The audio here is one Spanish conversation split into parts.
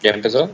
¿Ya empezó?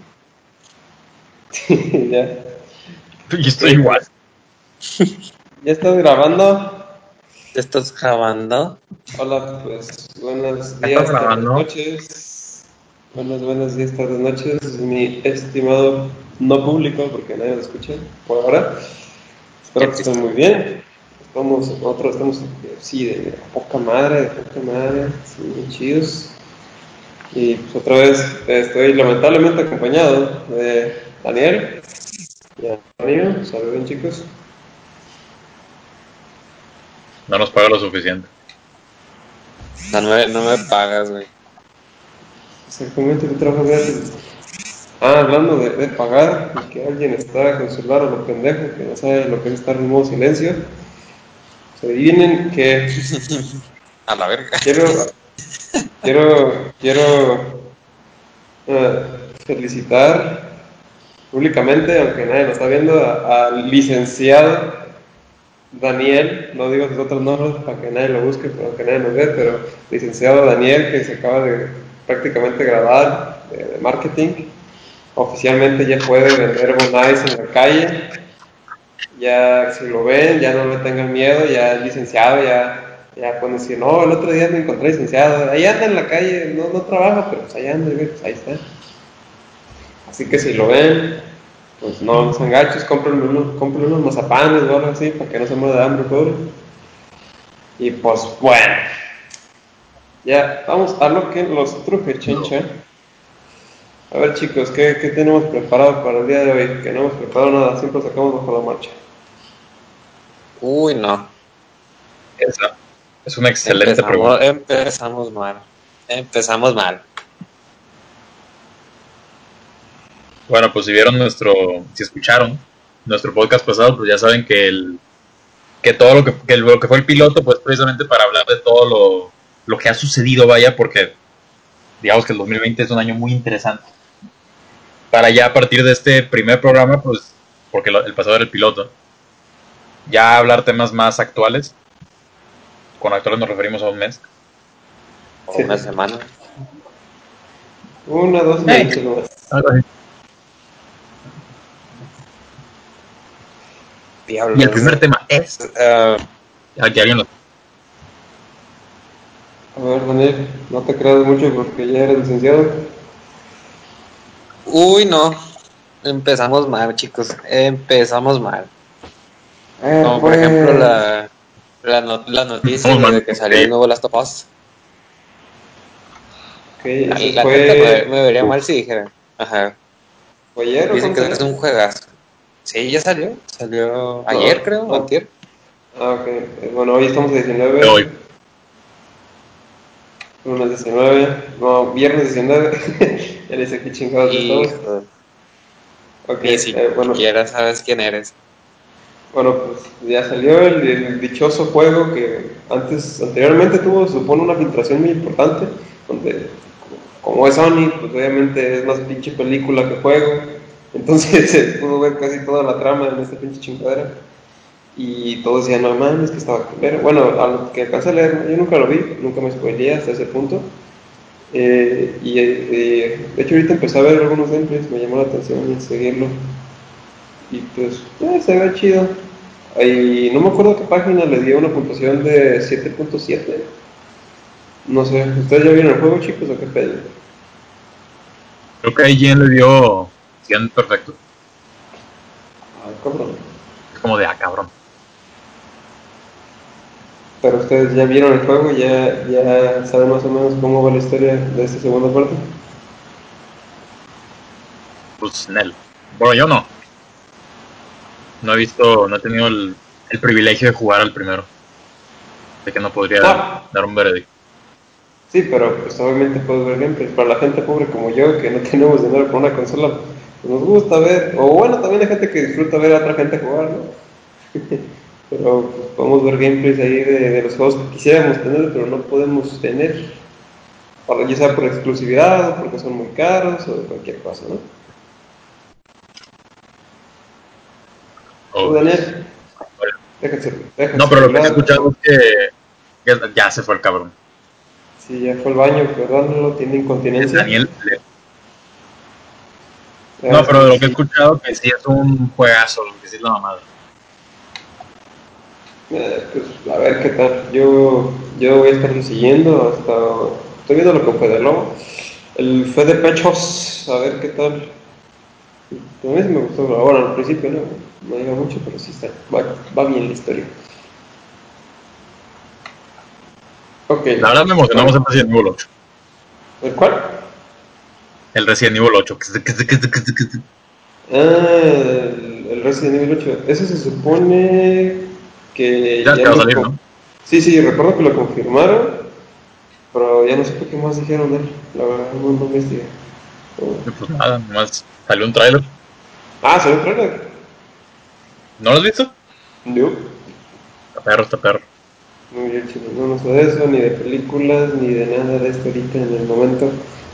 Ya. Yo estoy igual. ¿Ya estás grabando? ¿Te estás grabando? Hola, pues buenos ¿Estás días, tardes, grabando? noches. Buenos días, tardes, noches, mi estimado no público, porque nadie lo escucha por ahora. Espero Qué que estén triste. muy bien. Nosotros estamos, sí, de poca madre, sí, muy chidos. Y pues otra vez estoy lamentablemente acompañado de Daniel y Antonio. Saluden, chicos. No nos paga lo suficiente. No me pagas, güey. Exactamente, ¿qué trabajas gratis? Hablando de pagar y que alguien está con su celular a lo pendejo, que no sabe lo que es estar en modo silencio. Se adivinen que A la verga. quiero felicitar públicamente, aunque nadie lo está viendo, al licenciado Daniel, no digo sus otros nombres para que nadie lo busque, para que nadie lo vea, pero licenciado Daniel, que se acaba de prácticamente graduar de marketing. Oficialmente ya puede vender bonais en la calle. Ya si lo ven, ya no le tengan miedo, ya es licenciado, ya pueden decir, no, el otro día me encontré licenciado, ahí anda en la calle, no trabaja, pero pues ahí anda, pues ahí está. Así que si lo ven, pues no sean gachos, compren unos mazapanes o algo así para que no se muera de hambre, pobre. Y pues bueno, ya vamos a lo que los truje, chencha. A ver, chicos, ¿qué tenemos preparado para el día de hoy? Que no hemos preparado nada, siempre sacamos bajo la marcha. Uy, no. Esa es una excelente pregunta. Empezamos mal. Empezamos mal. Bueno, pues si escucharon nuestro podcast pasado, pues ya saben que todo lo que fue el piloto, pues precisamente para hablar de todo lo que ha sucedido, vaya, porque digamos que el 2020 es un año muy interesante. Para ya a partir de este primer programa, pues, porque el pasado era el piloto, ya hablar temas más actuales. Con actuales nos referimos a un mes. O una semana. Una, dos semanitas nomás. Algo así. Y el Diablos. primer tema es. Aquí alguien lo. A ver, Daniel, no te creas mucho porque ya eres licenciado. Uy, no. Empezamos mal, chicos. Empezamos mal. Como por ejemplo Pues. la noticia, Estamos güey, mal. de que salió el nuevo Last of Us. Ok, ese La neta fue. me vería mal si dijera. Ajá. ¿Fue ayer o Dicen cuándo que salió? es un juegazo. Sí, ya salió. Salió ayer, No, creo, o no. antier. Ah, ok. Bueno, hoy estamos a De 19. hoy. Lunes 19. No, viernes 19. Ya le sé qué chingados ya estamos. Hijo, Ok, ni bueno. siquiera sabes quién eres. Bueno, pues ya salió el dichoso juego que anteriormente tuvo, se supone, una filtración muy importante, donde como es Sony, pues obviamente es más pinche película que juego, entonces se pudo ver casi toda la trama en esta pinche chingadera, y todos decían, no mames, que estaba culero. Bueno, a lo que alcancé a leer, yo nunca lo vi, nunca me spoileé hasta ese punto, de hecho ahorita empecé a ver algunos gameplays, me llamó la atención y seguirlo, y pues se ve chido. Ahí, no me acuerdo qué página le dio una puntuación de 7.7. No sé, ¿ustedes ya vieron el juego, chicos, o qué pedo? Creo que IGN le dio 100 perfecto. Ah, cabrón. Es como de, cabrón. Pero ustedes ya vieron el juego, ya saben más o menos cómo va la historia de esta segunda parte. Pues, Nel. Bueno, yo no. No he tenido el privilegio de jugar al primero. Así que no podría No, dar un veredicto. sí, pero pues obviamente puedes ver gameplays. Para la gente pobre como yo, que no tenemos dinero para una consola, pues nos gusta ver, o bueno, también hay gente que disfruta ver a otra gente jugar, ¿no? Pero pues, podemos ver gameplays ahí de los juegos que quisiéramos tener, pero no podemos tener. Ya sea por exclusividad, o porque son muy caros, o cualquier cosa, ¿no? Tú, Oh. Daniel, deja el No, pero lo que sí he celular. escuchado es que ya se fue el cabrón. Si ya fue al baño, ¿verdad? No lo tiene incontinencia. Daniel, No, pero de lo que he Sí, escuchado, que sí es un juegazo, lo que sí es la mamada. pues a ver qué tal. Yo voy a estar siguiendo hasta. Estoy viendo lo que fue de Lobo. El Fe de Pechos, a ver qué tal. A mí sí me gustó. Ahora al principio no digo mucho, pero sí está. Va bien la historia. Ok, La verdad me emocionamos bueno. en Resident Evil 8. ¿El cuál? El Resident Evil 8. El Resident Evil 8. Eso se supone que Ya ya que va a lo. salir, ¿no? Sí, sí, recuerdo que lo confirmaron, pero ya no sé qué más dijeron de él. La verdad, no investigué. Y pues nada, nomás salió un tráiler. Ah, ¿se ve el trailer? ¿No lo has visto? No. Está perro, está perro. Muy bien, chicos. No sé de eso, ni de películas, ni de nada de esto ahorita en el momento.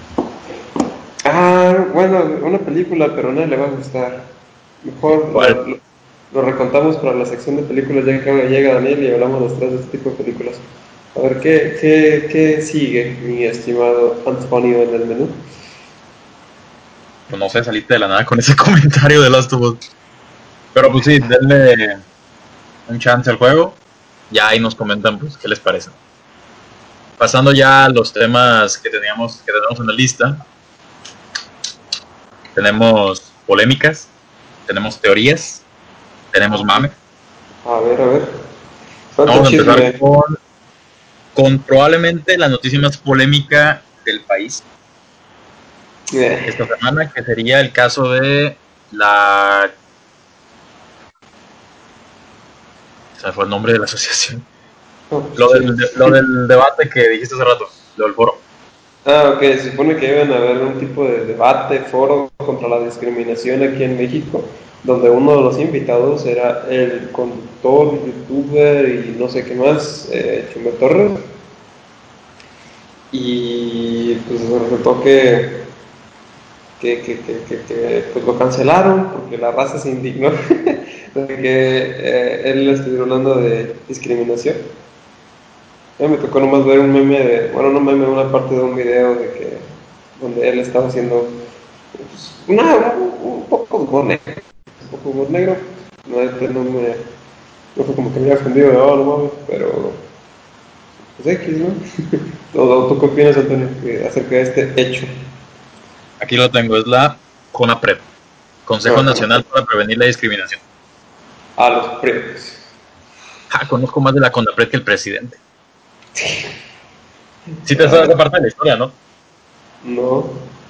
Ah, bueno, una película, pero a nadie le va a gustar. Mejor ¿Cuál? lo recontamos para la sección de películas, ya que ahora llega Daniel y hablamos los tres de este tipo de películas. A ver, ¿qué sigue, mi estimado Antonio, en el menú? Pues no sé, saliste de la nada con ese comentario de Last of Us. Pero pues sí, denle un chance al juego. Ya ahí nos comentan pues qué les parece. Pasando ya a los temas que tenemos en la lista, tenemos polémicas, tenemos teorías, tenemos mame. A ver. ¿Cuánto Vamos a empezar chisme? con probablemente la noticia más polémica del país esta Eh, semana, que sería el caso de la... Se me fue el nombre de la asociación. no, pues sí. Lo del debate que dijiste hace rato, lo del foro. Ah, ok, se supone que iban a haber un tipo de debate, foro contra la discriminación aquí en México, donde uno de los invitados era el conductor, youtuber y no sé qué más, Chumel Torres. Y pues resultó pues lo cancelaron porque la raza se indignó de que él estuviera hablando de discriminación. Me tocó nomás ver un meme bueno, no meme, una parte de un video de que donde él estaba haciendo pues, un poco de humor negro, un poco de humor negro. No fue como que me haya ofendido de no mames, pero pues X, ¿no? ¿Tú qué opinas, Antonio, acerca de este hecho? Aquí lo tengo, es la CONAPRED, Consejo No, con Nacional para Prevenir la Discriminación. a los premios. Ah, conozco más de la CONAPRED que el presidente. Sí te sabes esa parte de la historia, ¿no? No.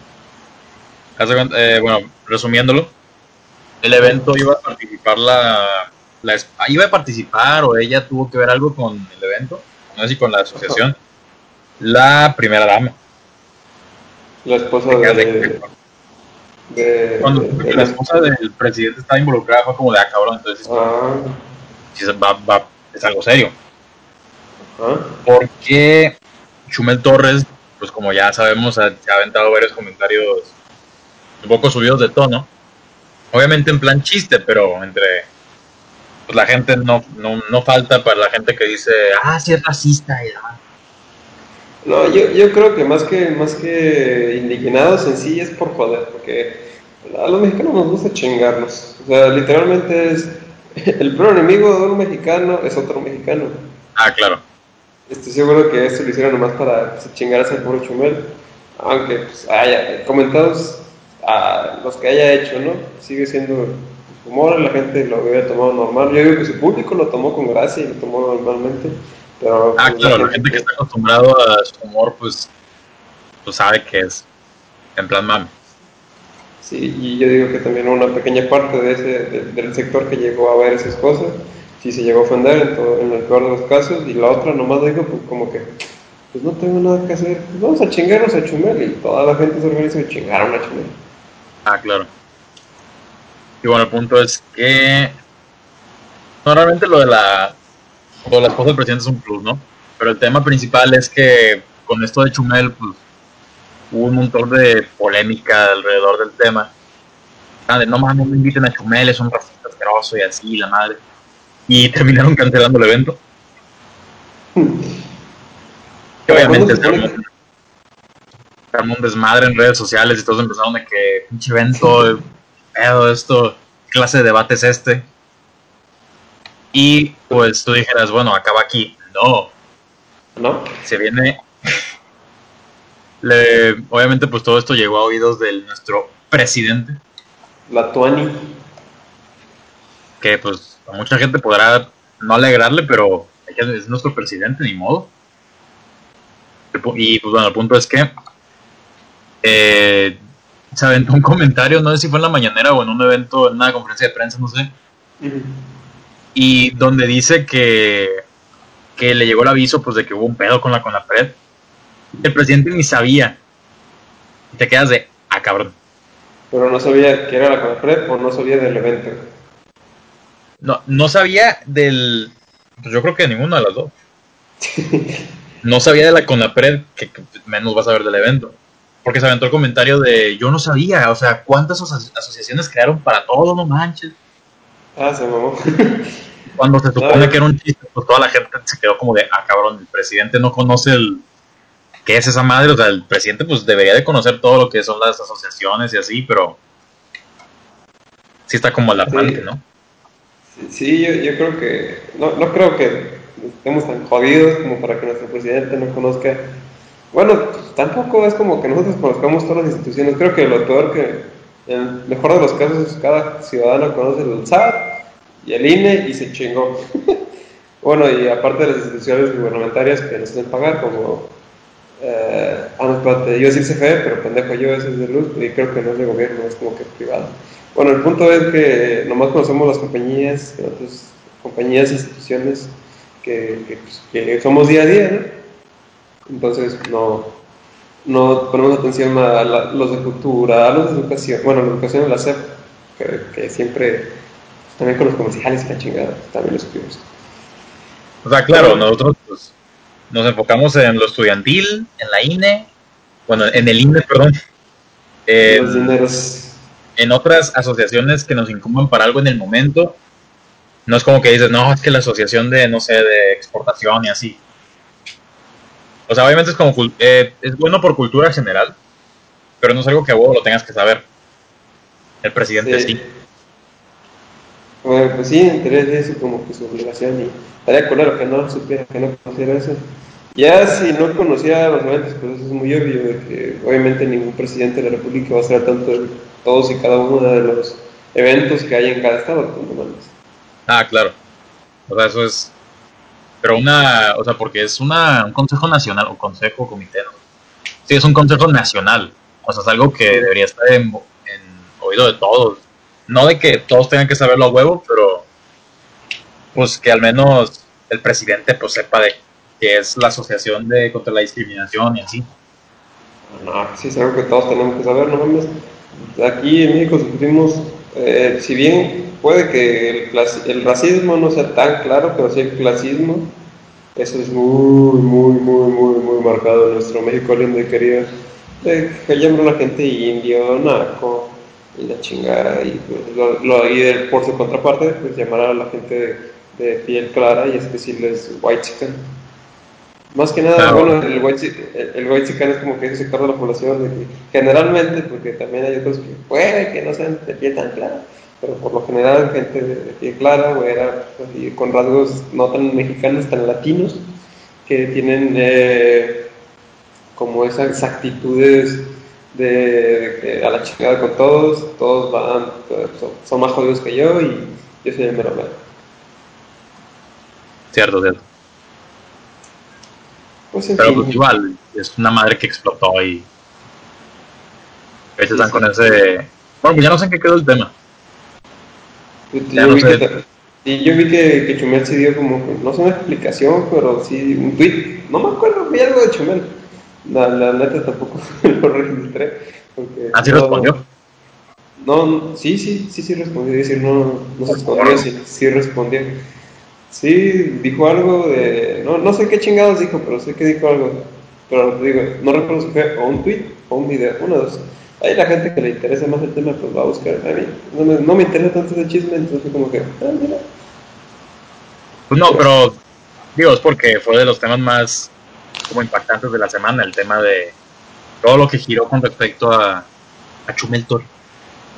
Bueno, resumiéndolo, el Ajá. evento iba a participar iba a participar o ella tuvo que ver algo con el evento, no sé si con la Ajá. asociación, la primera dama. La esposa Te quedas de cuando supe que de la las. esposa del presidente estaba involucrada fue como de cabrón, entonces Ah, sí, es algo serio. ajá. Porque Chumel Torres, pues como ya sabemos, se ha aventado varios comentarios un poco subidos de tono, obviamente en plan chiste, pero entre pues la gente no falta para la gente que dice, ah, sí es racista y demás. No, yo creo que más que indignados en sí es por joder, porque a los mexicanos nos gusta chingarnos. O sea, literalmente es el peor enemigo de un mexicano es otro mexicano. Ah, claro. Estoy seguro que esto lo hicieron nomás para pues, chingarse al pobre Chumel, aunque pues, haya comentados a los que haya hecho, ¿no? Sigue siendo pues, humor, la gente lo hubiera tomado normal. Yo digo que su público lo tomó con gracia y lo tomó normalmente, pero Ah, pues la claro, la gente gente que que. está acostumbrado a su humor, pues sabe que es en plan mame. Sí, y yo digo que también una pequeña parte del sector que llegó a ver esas cosas, sí se llegó a ofender en el peor de los casos, y la otra nomás dijo pues, como que, pues no tengo nada que hacer, pues vamos a chingarnos a Chumel, y toda la gente se organizó y chingaron a Chumel. Ah, claro. Y bueno, el punto es que normalmente lo de la esposa del presidente es un plus, ¿no? Pero el tema principal es que con esto de Chumel, pues hubo un montón de polémica alrededor del tema. Ah, de no mames, no inviten a Chumel, es un racista asqueroso y así, la madre. Y terminaron cancelando el evento. Que ¿Para cuándo obviamente se supone que? se armó un desmadre en redes sociales y todos empezaron de que pinche evento, pedo esto? ¿Qué clase de debate es este? Y pues tú dijeras, bueno, acaba aquí. No, ¿No? se viene. Obviamente, pues todo esto llegó a oídos de nuestro presidente, La Tuani. que pues a mucha gente podrá no alegrarle, pero es nuestro presidente, ni modo. Y pues bueno, el punto es que se aventó un comentario, no sé si fue en la mañanera o en un evento, en una conferencia de prensa, no sé, y donde dice que le llegó el aviso pues de que hubo un pedo con la CONAPRED. El presidente ni sabía. Y te quedas de, cabrón. Pero no sabía que era la CONAPRED o no sabía del evento. No sabía del... Pues yo creo que ninguno de las dos. No sabía de la CONAPRED, que menos vas a ver del evento. Porque se aventó el comentario de, yo no sabía, o sea, ¿cuántas asociaciones crearon para todo? No manches. Ah, se mamó. Cuando se No, supone que era un chiste, pues toda la gente se quedó como de, cabrón, el presidente no conoce qué es esa madre. O sea, el presidente pues debería de conocer todo lo que son las asociaciones y así, pero sí está como alarmante, sí, ¿no? sí, yo creo que, no creo que estemos tan jodidos como para que nuestro presidente no conozca. Bueno, pues, tampoco es como que nosotros conozcamos todas las instituciones. Creo que lo peor que, en el mejor de los casos, cada ciudadano conoce el SAT y el INE y se chingó. Bueno, y aparte de las instituciones gubernamentarias que nos hacen pagar, como, no, espérate, yo decir CFE, pero pendejo yo, ese es de luz, y creo que no es de gobierno, es como que privado. Bueno, el punto es que nomás conocemos las compañías, otras compañías, instituciones pues, que somos día a día, ¿no? Entonces no ponemos atención a los de cultura, a los de educación, bueno, la educación de la SEP, que siempre, también con los comerciales y la chingada, también los escribimos. O sea, claro, Bueno, nosotros pues, nos enfocamos en lo estudiantil, en la INE, bueno, en el INE, perdón, los en, dineros. en otras asociaciones que nos incumban para algo en el momento. No es como que dices, no, es que la asociación de, no sé, de exportación y así. O sea, obviamente es como, es bueno por cultura general, pero no es algo que a vos lo tengas que saber. El presidente sí. Sí. Bueno, pues sí, en teoría es eso como que su obligación y estaría culero que no supiera, que no conociera eso. Ya si no conocía los eventos, pues eso es muy obvio, de que obviamente ningún presidente de la República va a estar al tanto de todos y cada uno de los eventos que hay en cada estado, pues no mames. Claro. O sea, eso es, pero o sea, porque es un consejo nacional, o consejo, comité, ¿no? Sí, es un consejo nacional. O sea, es algo que debería estar en oído de todos. No de que todos tengan que saberlo a huevo, pero pues que al menos el presidente pues sepa de que es la asociación de contra la discriminación y así. No, sí es algo que todos tenemos que saber, no mames. Aquí en México sufrimos, si bien puede que el racismo no sea tan claro, pero sí el clasismo, eso es muy marcado en nuestro México lindo y querido. Que llaman a la gente indio, naco y la chingada, y pues, por su contraparte, pues llamar a la gente de piel clara y es decirles white chicken. Más que nada, Claro, bueno, el white chican es como que ese sector de la población, de que generalmente, porque también hay otros que puede que no sean de piel tan clara, pero por lo general gente de piel clara, güera, y con rasgos no tan mexicanos, tan latinos, que tienen como esas actitudes de que a la chingada con todos, todos van, son más jodidos que yo y yo soy el mero mero. cierto, cierto. Pues en Pero pues fin, igual, es una madre que explotó y ahorita sí, están sí. con ese... Bueno, pues ya no sé en qué quedó el tema. Ya Yo no vi que, sé. y yo vi que Chumel sí dio como, no sé una explicación, pero sí un tweet. No me acuerdo, vi algo de Chumel. La neta tampoco lo registré, porque Así respondió. sí respondió. Es decir, no se escondió, sí respondió. Sí, dijo algo de, no sé qué chingados dijo, pero sé que dijo algo. Pero te digo, no recuerdo si fue o un tweet o un video, una de dos. Hay la gente que le interesa más el tema, pues va a buscar. A mí no me interesa tanto ese chisme, entonces como que, mira. Pues no, pero digo, es porque fue de los temas más como impactantes de la semana, el tema de todo lo que giró con respecto a Chumel Torre.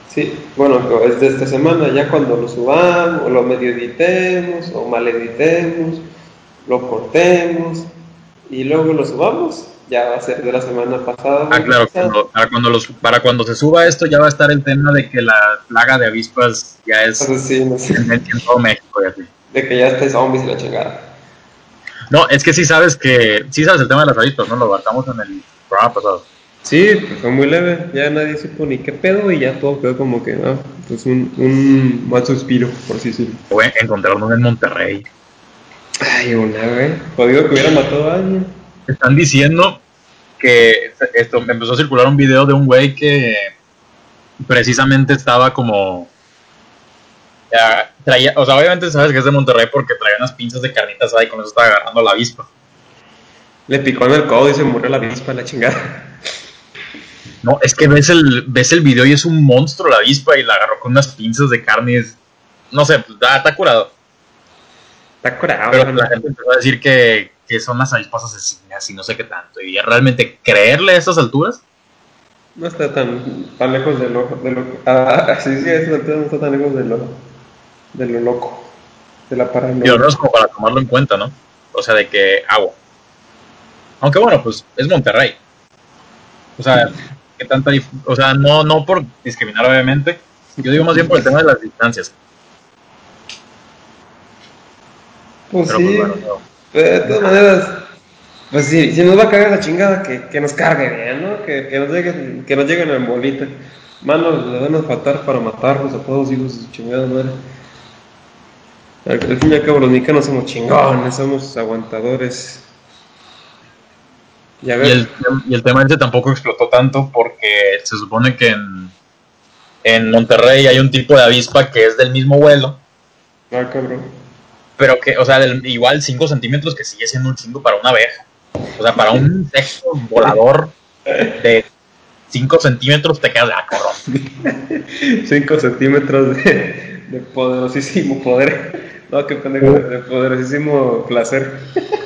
Sí, bueno, es de esta semana, ya cuando lo subamos, o lo medio editemos, o mal editemos, lo cortemos, y luego lo subamos, ya va a ser de la semana pasada o Ah, claro, antepasada. para cuando se suba esto ya va a estar el tema de que la plaga de avispas ya es Asesinos, tendencia en todo México y así. de que ya esté zombies y la chingada. No, es que sí sabes el tema de las avispas, ¿no? Lo abarcamos en el programa pasado. Sí, pues fue muy leve, ya nadie supo ni qué pedo y ya todo quedó como que, no, pues un mal suspiro, por así decirlo. Fue encontrarnos en Monterrey. Ay, una, güey. Jodido que hubiera matado a alguien. Están diciendo que esto me empezó a circular un video de un güey que precisamente estaba como traía, o sea, obviamente sabes que es de Monterrey porque traía unas pinzas de carnitas ahí, con eso estaba agarrando la avispa. Le picó en el codo y se murió la avispa, la chingada. No, es que ves el video y es un monstruo la avispa y la agarró con unas pinzas de carne. No sé, pues, está curado. Está curado, Pero ¿no? la gente empezó a decir que son las avispas asesinas y no sé qué tanto. Y realmente creerle a estas alturas, No está tan lejos de lo sí, sí, a esas alturas no está tan lejos de lo loco, de la y al paranoia. menos como para tomarlo en cuenta, ¿no? O sea, de que agua. Aunque bueno, pues es Monterrey. O sea, qué tanta o sea, no por discriminar obviamente. Yo digo más bien por el tema de las distancias. Pues Pero pues bueno, sí, pero de todas maneras, pues sí, si nos va a cagar la chingada, que nos cargue bien, ¿no? Que nos lleguen en bolita. Manos le van a faltar para matarlos a todos, hijos de su chingada madre. Al fin y al cabo, los mexicanos somos chingones, somos aguantadores. Y a y ver, el tema ese tampoco explotó tanto porque se supone que en Monterrey hay un tipo de avispa que es del mismo vuelo, cabrón. pero que, o sea, igual 5 centímetros que sigue siendo un chingo para una abeja. O sea, para un insecto volador de 5 centímetros te quedas, cabrón. 5 centímetros de poderosísimo poder. No, qué pendejo, de poderosísimo placer.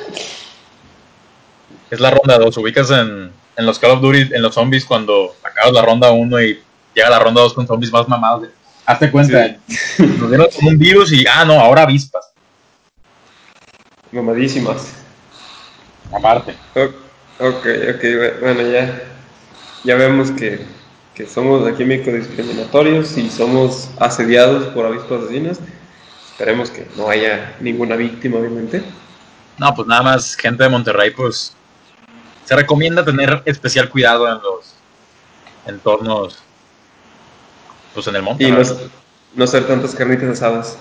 Es la ronda 2. Ubicas en los Call of Duty, en los zombies, cuando acabas la ronda 1 y llega la ronda 2 con zombies más mamados. Hazte cuenta, Sí, nos dieron con un virus y, no, ahora avispas. mamadísimas. Aparte. Ok, bueno, ya vemos que somos aquí en México discriminatorios y somos asediados por avispas asesinas. Esperemos que no haya ninguna víctima, obviamente. No, pues nada más, gente de Monterrey, pues se recomienda tener especial cuidado en los entornos, pues en el monte, Y la no, verdad. no hacer tantas carnitas asadas.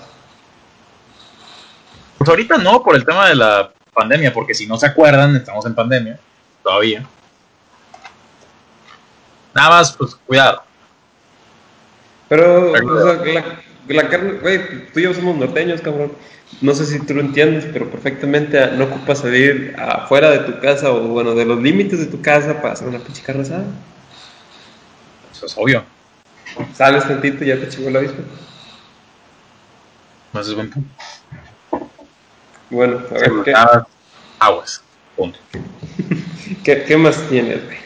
Pues ahorita no, por el tema de la pandemia, porque si no se acuerdan, estamos en pandemia, todavía. Nada más, pues cuidado. Pero, Regla pues, de oro. la carne, güey, tú y yo somos norteños, cabrón. No sé si tú lo entiendes, pero perfectamente no ocupas salir afuera de tu casa o, bueno, de los límites de tu casa para hacer una pinche carne asada. Eso es obvio. Sales tantito y ya te chingó la avispa. No es buen punto. Bueno, a Sí, ver, pues ¿qué, nada, aguas. Punto. qué, qué más tienes, güey?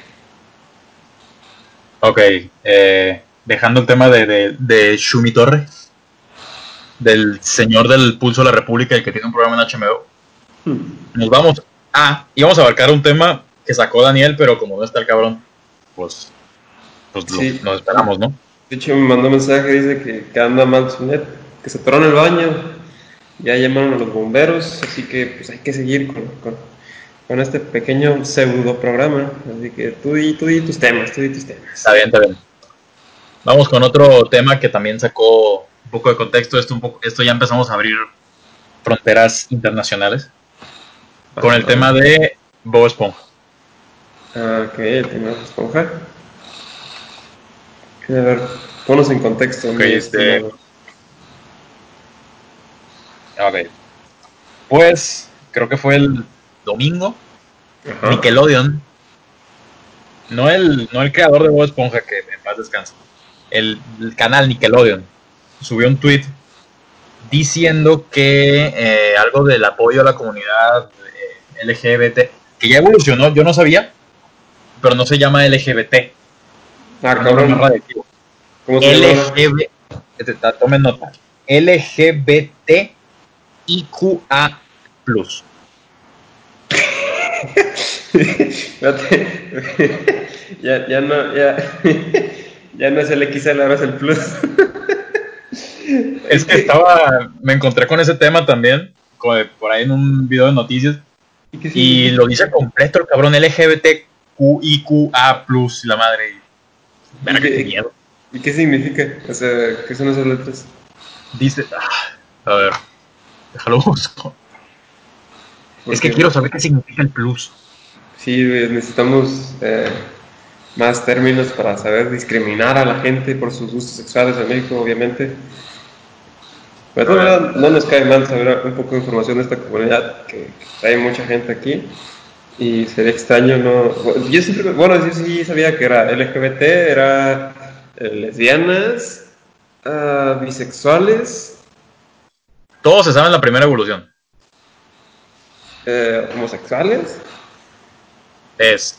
Ok, dejando el tema de Shumi Torre, del señor del Pulso de la República, el que tiene un programa en HBO, nos vamos íbamos a abarcar un tema que sacó Daniel, pero como no está el cabrón, pues, Sí, nos esperamos, ¿no? de hecho me mandó un mensaje, dice que anda mal su net, que se atoró en el baño, ya llamaron a los bomberos, así que pues hay que seguir con este pequeño pseudo programa, así que tú di tus temas, tú di tus temas. Está bien, está bien. Vamos con otro tema que también sacó un poco de contexto. Esto ya empezamos a abrir fronteras internacionales con el Ajá. tema de Bob Esponja. Ok, el tema de la esponja. A ver, ponos en contexto, Ok, mi estimado. a ver, pues creo que fue el domingo. Ajá. Nickelodeon, no el creador de Bob Esponja, que en paz descanse, el canal Nickelodeon subió un tweet diciendo que algo del apoyo a la comunidad LGBT, que ya evolucionó, yo no sabía, pero no se llama LGBT, Ah, tiene un nombre más cabrón. radioactivo. ¿Cómo se llama ahora? Tomen nota, LGBTIQA+. Espérate. Ya no, ya. Ya no es el XL, ahora es el Plus. Es que me encontré con ese tema también, por ahí en un video de noticias, ¿Y qué y significa? lo dice completo el cabrón, LGBTQIQA+, la madre. ¿Y Verga, qué qué, miedo. y qué significa? O sea, ¿qué son esas letras? Dice, a ver, déjalo busco. Es que Porque quiero saber qué significa el plus. sí, necesitamos más términos para saber discriminar a la gente por sus gustos sexuales en México, obviamente. Pero A de todas ver, maneras, no nos cae mal saber un poco de información de esta comunidad, que hay mucha gente aquí. Y sería extraño, ¿no? Yo siempre, bueno, yo sí sabía que era LGBT, era lesbianas, bisexuales, todos se saben la primera evolución. homosexuales. Es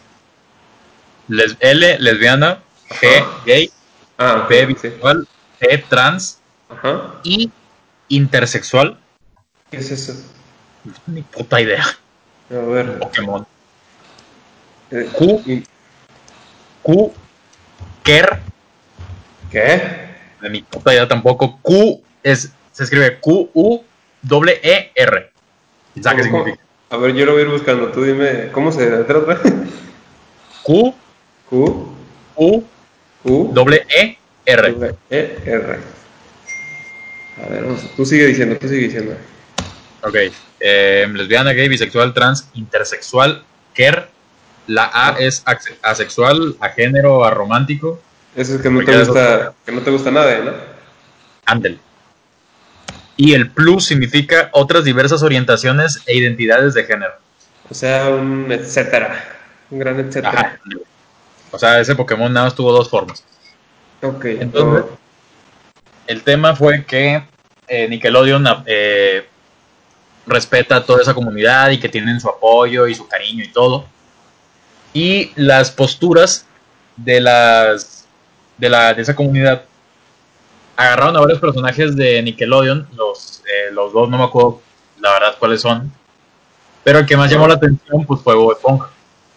L, lesbiana, G, Ajá. gay, Ah, ok, B, sí. bisexual, C, trans, Ajá. y intersexual. ¿Qué es eso? Ni puta idea. A Un ver. Pokémon. eh, Q, ¿y Q, Ker, ¿Qué? de mi puta idea tampoco. Se escribe QUEER. ¿Sabes qué ¿Cómo? significa? A ver, yo lo voy a ir buscando. Tú dime, ¿cómo se trata? Q, Q, U, U, EER. W, E, R. A ver, vamos. Tú sigue diciendo, tú sigue diciendo. Ok. Lesbiana, gay, bisexual, trans, intersexual, Ker. La A Ah, es asexual, agénero, aromántico. eso es que Cualquiera de esos. que no te gusta nada, ¿no? Ándel. Y el plus significa otras diversas orientaciones e identidades de género. O sea, un etcétera. Un gran Ajá. etcétera. O sea, ese Pokémon nada más tuvo dos formas. Ok. Entonces, el tema fue que Nickelodeon respeta a toda esa comunidad y que tienen su apoyo y su cariño y todo. Y las posturas de esa comunidad agarraron a varios personajes de Nickelodeon, los dos no me acuerdo la verdad cuáles son, pero el que más llamó la ah, atención pues fue Bob Esponja.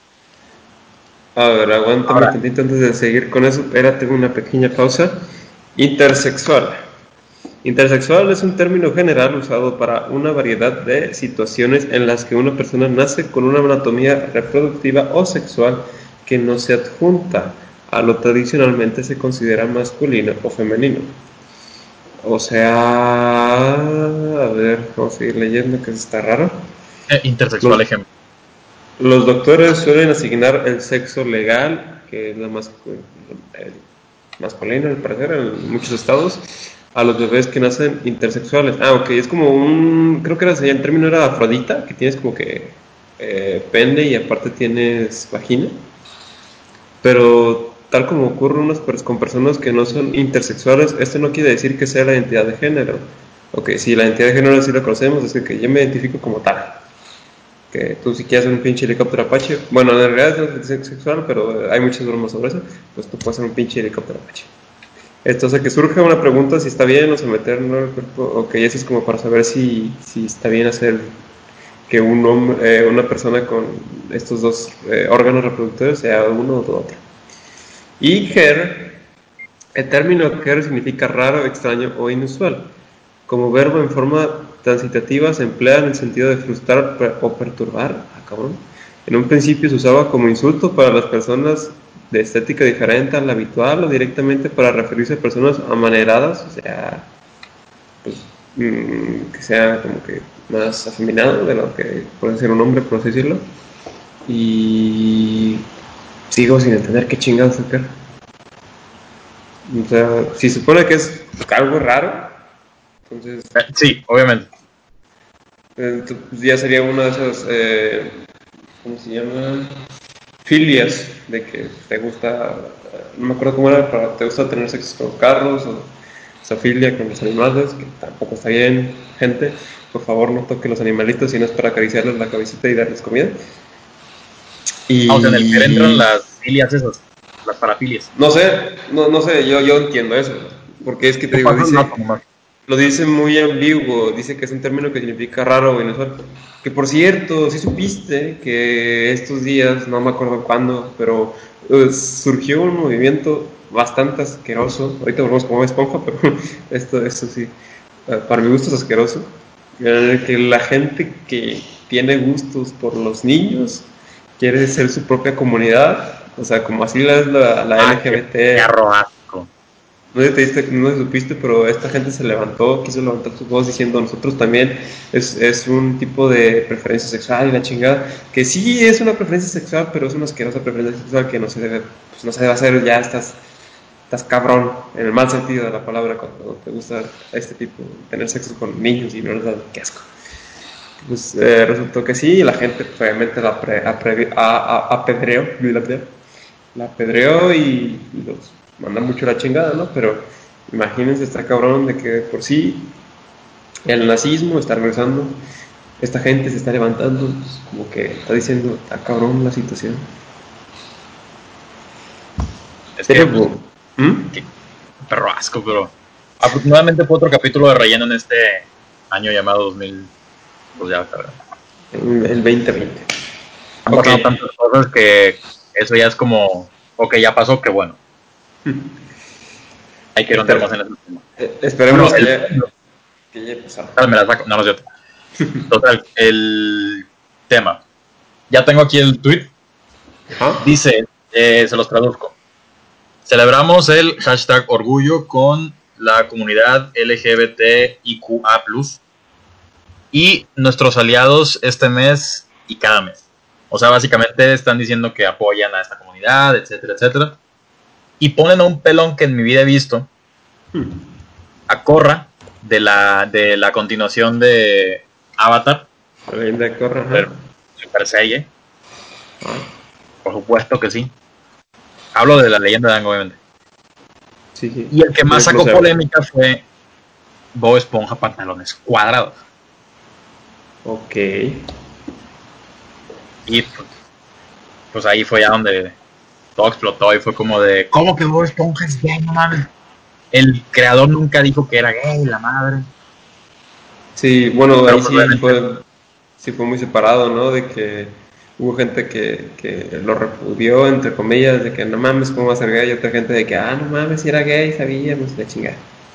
a ver, aguántame Ahora, tantito antes de seguir con eso. Espérate una pequeña pausa. Intersexual. Intersexual es un término general usado para una variedad de situaciones en las que una persona nace con una anatomía reproductiva o sexual que no se adjunta a lo tradicionalmente se considera masculino o femenino. O sea, a ver, vamos a seguir leyendo que está raro. intersexual Los, ejemplo. los doctores suelen asignar el sexo legal, que es el masculino al parecer en muchos estados, a los bebés que nacen intersexuales. Ah, ok, es como creo que el término era afrodita, que tienes como que pene y aparte tienes vagina. Pero tal como ocurre con personas que no son intersexuales, esto no quiere decir que sea la identidad de género. Ok, si la identidad de género sí la conocemos, es que yo me identifico como tal. Que tú si quieres un pinche helicóptero Apache, bueno, en realidad no es sexual, pero hay muchas bromas sobre eso, pues tú puedes ser un pinche helicóptero Apache. Entonces que surge una pregunta si está bien o someter en el cuerpo, ok, eso es como para saber si está bien hacer que una persona con estos dos órganos reproductores sea uno o otro. Y her, el término her significa raro, extraño o inusual. Como verbo en forma transitativa se emplea en el sentido de frustrar o perturbar. Ah, cabrón. En un principio se usaba como insulto para las personas de estética diferente a la habitual o directamente para referirse a personas amaneradas, o sea, pues, que sea como que más afeminado de lo que puede ser un hombre, por así decirlo. Y sigo sin entender qué chingados es her. O sea, si supone que es algo raro, entonces Sí, obviamente. pues ya sería una de esas, ¿cómo se llama? Filias, de que te gusta, no me acuerdo cómo era, pero te gusta tener sexo con carros o esa filia con los animales, que tampoco está bien, gente. Por favor, no toque los animalitos si no es para acariciarles la cabecita y darles comida. O sea, en el que entran Y las filias esas. las parafilias. No sé, no sé, yo entiendo eso, porque es que te digo, lo dice muy ambiguo, dice que es un término que significa raro o inusual. Que por cierto, sí supiste que estos días, no me acuerdo cuándo, pero surgió un movimiento bastante asqueroso. Ahorita volvemos como esponja, pero eso sí, para mi gusto es asqueroso. En el que la gente que tiene gustos por los niños quiere ser su propia comunidad, o sea, como así la es la LGBT. Asco. No sé, no sé si supiste, pero esta gente se levantó, quiso levantar su voz diciendo nosotros también es un tipo de preferencia sexual y la chingada, que sí es una preferencia sexual, pero es una asquerosa preferencia sexual que no se debe, pues no se debe hacer, ya estás cabrón, en el mal sentido de la palabra, cuando te gusta este tipo, tener sexo con niños y no les da qué asco. Pues resultó que sí, y la gente pues, obviamente apedreó, la apedreó y los manda mucho la chingada, ¿no? Pero imagínense, está cabrón de que por sí el nazismo está regresando, esta gente se está levantando, pues, como que está diciendo, está cabrón la situación. Es que, pues, qué perro asco, pero afortunadamente fue otro capítulo de relleno en este año llamado 2000, pues ya, ¿verdad? El 2020. Han pasado tantas cosas que eso ya es como, ok, ya pasó, que bueno. Hay que ahondar más en ese tema. Esperemos Bueno, que ya haya pasado. me la saco, no es cierto. Total, el tema. Ya tengo aquí el tweet. ¿Ah? Dice, se los traduzco. Celebramos el hashtag orgullo con la comunidad LGBTIQA+, y nuestros aliados este mes y cada mes. O sea, básicamente están diciendo que apoyan a esta comunidad, etcétera, etcétera. Y ponen a un pelón que en mi vida he visto, a Korra, de la continuación de Avatar, La leyenda de Korra, ajá. super serie. Por supuesto que sí. Hablo de la leyenda de Aang, obviamente. Sí, sí. Y el que más sacó polémica fue Bob Esponja pantalones cuadrados. Ok. Y pues ahí fue ya donde todo explotó y fue como de, ¿cómo que Bob Esponja es gay? No mames. El creador nunca dijo que era gay, la madre. Sí, bueno, Pero ahí pues obviamente, sí fue muy separado, ¿no? De que hubo gente que lo repudió, entre comillas, de que no mames, ¿cómo va a ser gay? Y otra gente de que, no mames, si era gay, sabíamos, la chingada.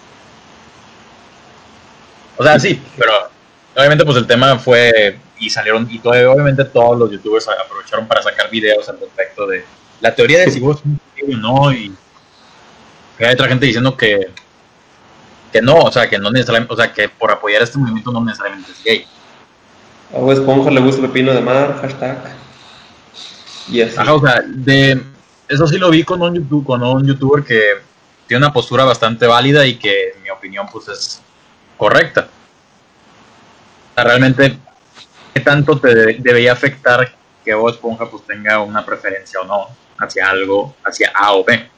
o sea, sí, pero obviamente pues el tema fue y salieron, y obviamente todos los youtubers aprovecharon para sacar videos al respecto de la teoría de si vos gay o no, y hay otra gente diciendo que no, o sea, que no necesariamente, o sea, que por apoyar este movimiento no necesariamente es gay. A Bob Esponja le gusta pepino de mar, hashtag. Y así. Ajá, o sea, eso sí lo vi con un youtuber que tiene una postura bastante válida y que en mi opinión pues es correcta. O sea, realmente, ¿qué tanto te debería afectar que Bob Esponja pues tenga una preferencia o no hacia algo, hacia A o B?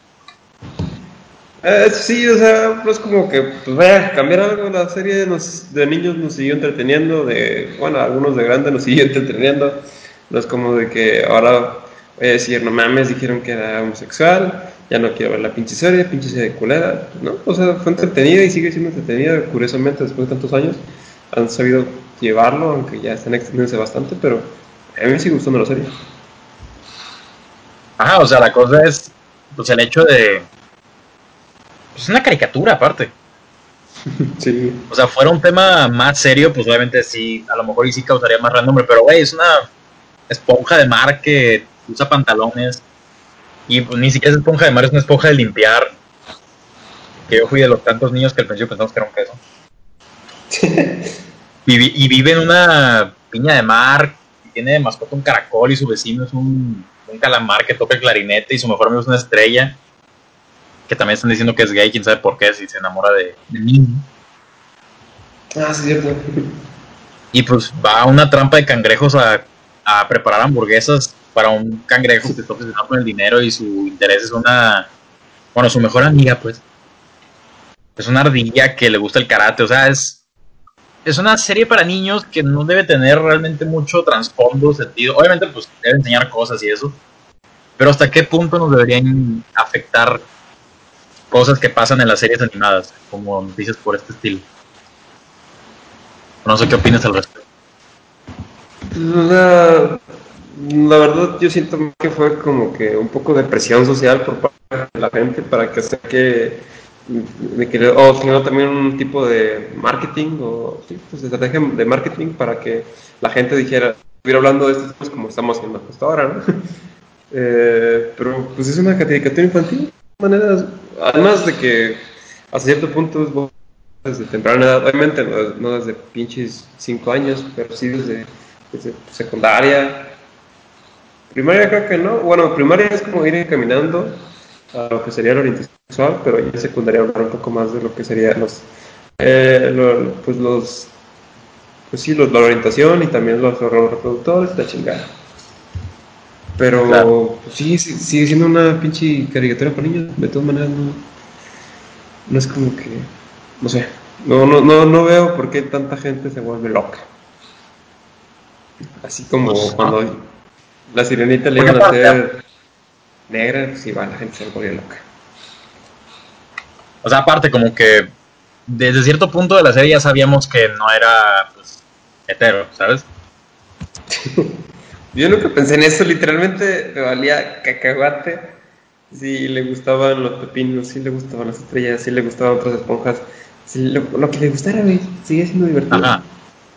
Sí, o sea, no es como que, pues vaya, cambiar algo, la serie de niños nos siguió entreteniendo, bueno, algunos de grandes nos siguió entreteniendo, no es como de que ahora voy a decir, no mames, dijeron que era homosexual, ya no quiero ver la pinche serie culera, ¿no? O sea, fue entretenida y sigue siendo entretenida, curiosamente, después de tantos años, han sabido llevarlo, aunque ya están extendiéndose bastante, pero a mí me sigue gustando la serie. Ajá, o sea, la cosa es pues el hecho de, pues es una caricatura aparte. Sí. O sea, fuera un tema más serio, pues obviamente sí, a lo mejor y sí causaría más renombre, pero güey, es una esponja de mar que usa pantalones. Y pues ni siquiera es esponja de mar, es una esponja de limpiar. Que yo fui de los tantos niños que al principio pensamos que era un queso. Y vive en una piña de mar. Y tiene de mascota un caracol y su vecino es un calamar que toca el clarinete y su mejor amigo es una estrella. Que también están diciendo que es gay, quién sabe por qué, si se enamora de mí. Ah, sí, es cierto. Y pues va a una trampa de cangrejos a preparar hamburguesas para un cangrejo que está obsesionado con el dinero y su interés es bueno, su mejor amiga, pues. Es una ardilla que le gusta el karate, o sea, es una serie para niños que no debe tener realmente mucho trasfondo, sentido. Obviamente, pues debe enseñar cosas y eso. Pero ¿hasta qué punto nos deberían afectar cosas que pasan en las series animadas, como dices, por este estilo? No sé qué opinas al respecto. La verdad, yo siento que fue como que un poco de presión social por parte de la gente para que o si no, también un tipo de marketing o sí, pues, estrategia de marketing para que la gente estuviera hablando de estos temas como estamos haciendo hasta ahora, ¿no? Pero pues es una caricatura infantil, de maneras, además de que hasta cierto punto es bueno desde temprana edad, obviamente no desde pinches 5 años, pero sí desde secundaria. Primaria creo que no. Bueno, primaria es como ir encaminando a lo que sería la orientación sexual, pero ya en secundaria hablar un poco más de lo que serían la orientación y también los órganos reproductores, la chingada. Claro. Pero pues, sí, sigue siendo una pinche caricatura para niños. De todas maneras, no es como que, no sé, no veo por qué tanta gente se vuelve loca. Así como Pues, ¿no? cuando la sirenita le Porque iban a aparte, hacer negra, pues igual la gente se volvió loca. o sea, aparte como que desde cierto punto de la serie ya sabíamos que no era, pues, hetero, ¿sabes? Yo nunca pensé en eso, literalmente me valía cacahuate. Si le gustaban los pepinos, si le gustaban las estrellas, si le gustaban otras esponjas, si lo que le gustara, güey, sigue siendo divertido. Ajá.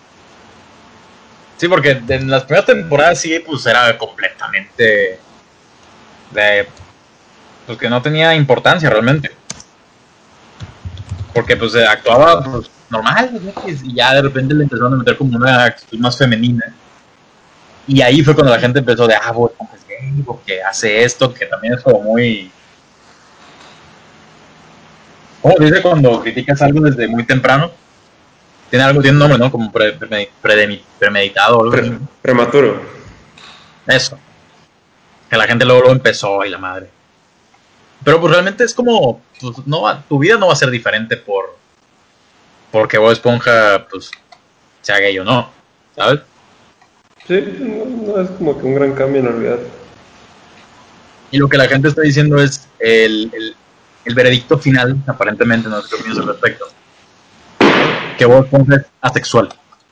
Sí, porque en las primeras temporadas sí, pues era completamente de, pues que no tenía importancia realmente. Porque pues actuaba pues, normal, ¿no? Y ya de repente le empezaron a meter como una actitud más femenina. Y ahí fue cuando la gente empezó de, bueno, es gay, porque hace esto, que también es como muy... ¿Cómo se dice cuando criticas algo desde muy temprano? Tiene un nombre, ¿no? Como premeditado o algo así, ¿no? Prematuro. Eso. Que la gente luego empezó y la madre. Pero pues realmente es como, pues no tu vida no va a ser diferente porque Bob Esponja, pues, sea gay o no, ¿sabes? Sí, no es como que un gran cambio en realidad. Y lo que la gente está diciendo es el veredicto final, aparentemente, no sé qué opinas al respecto, que Bob Esponja es asexual.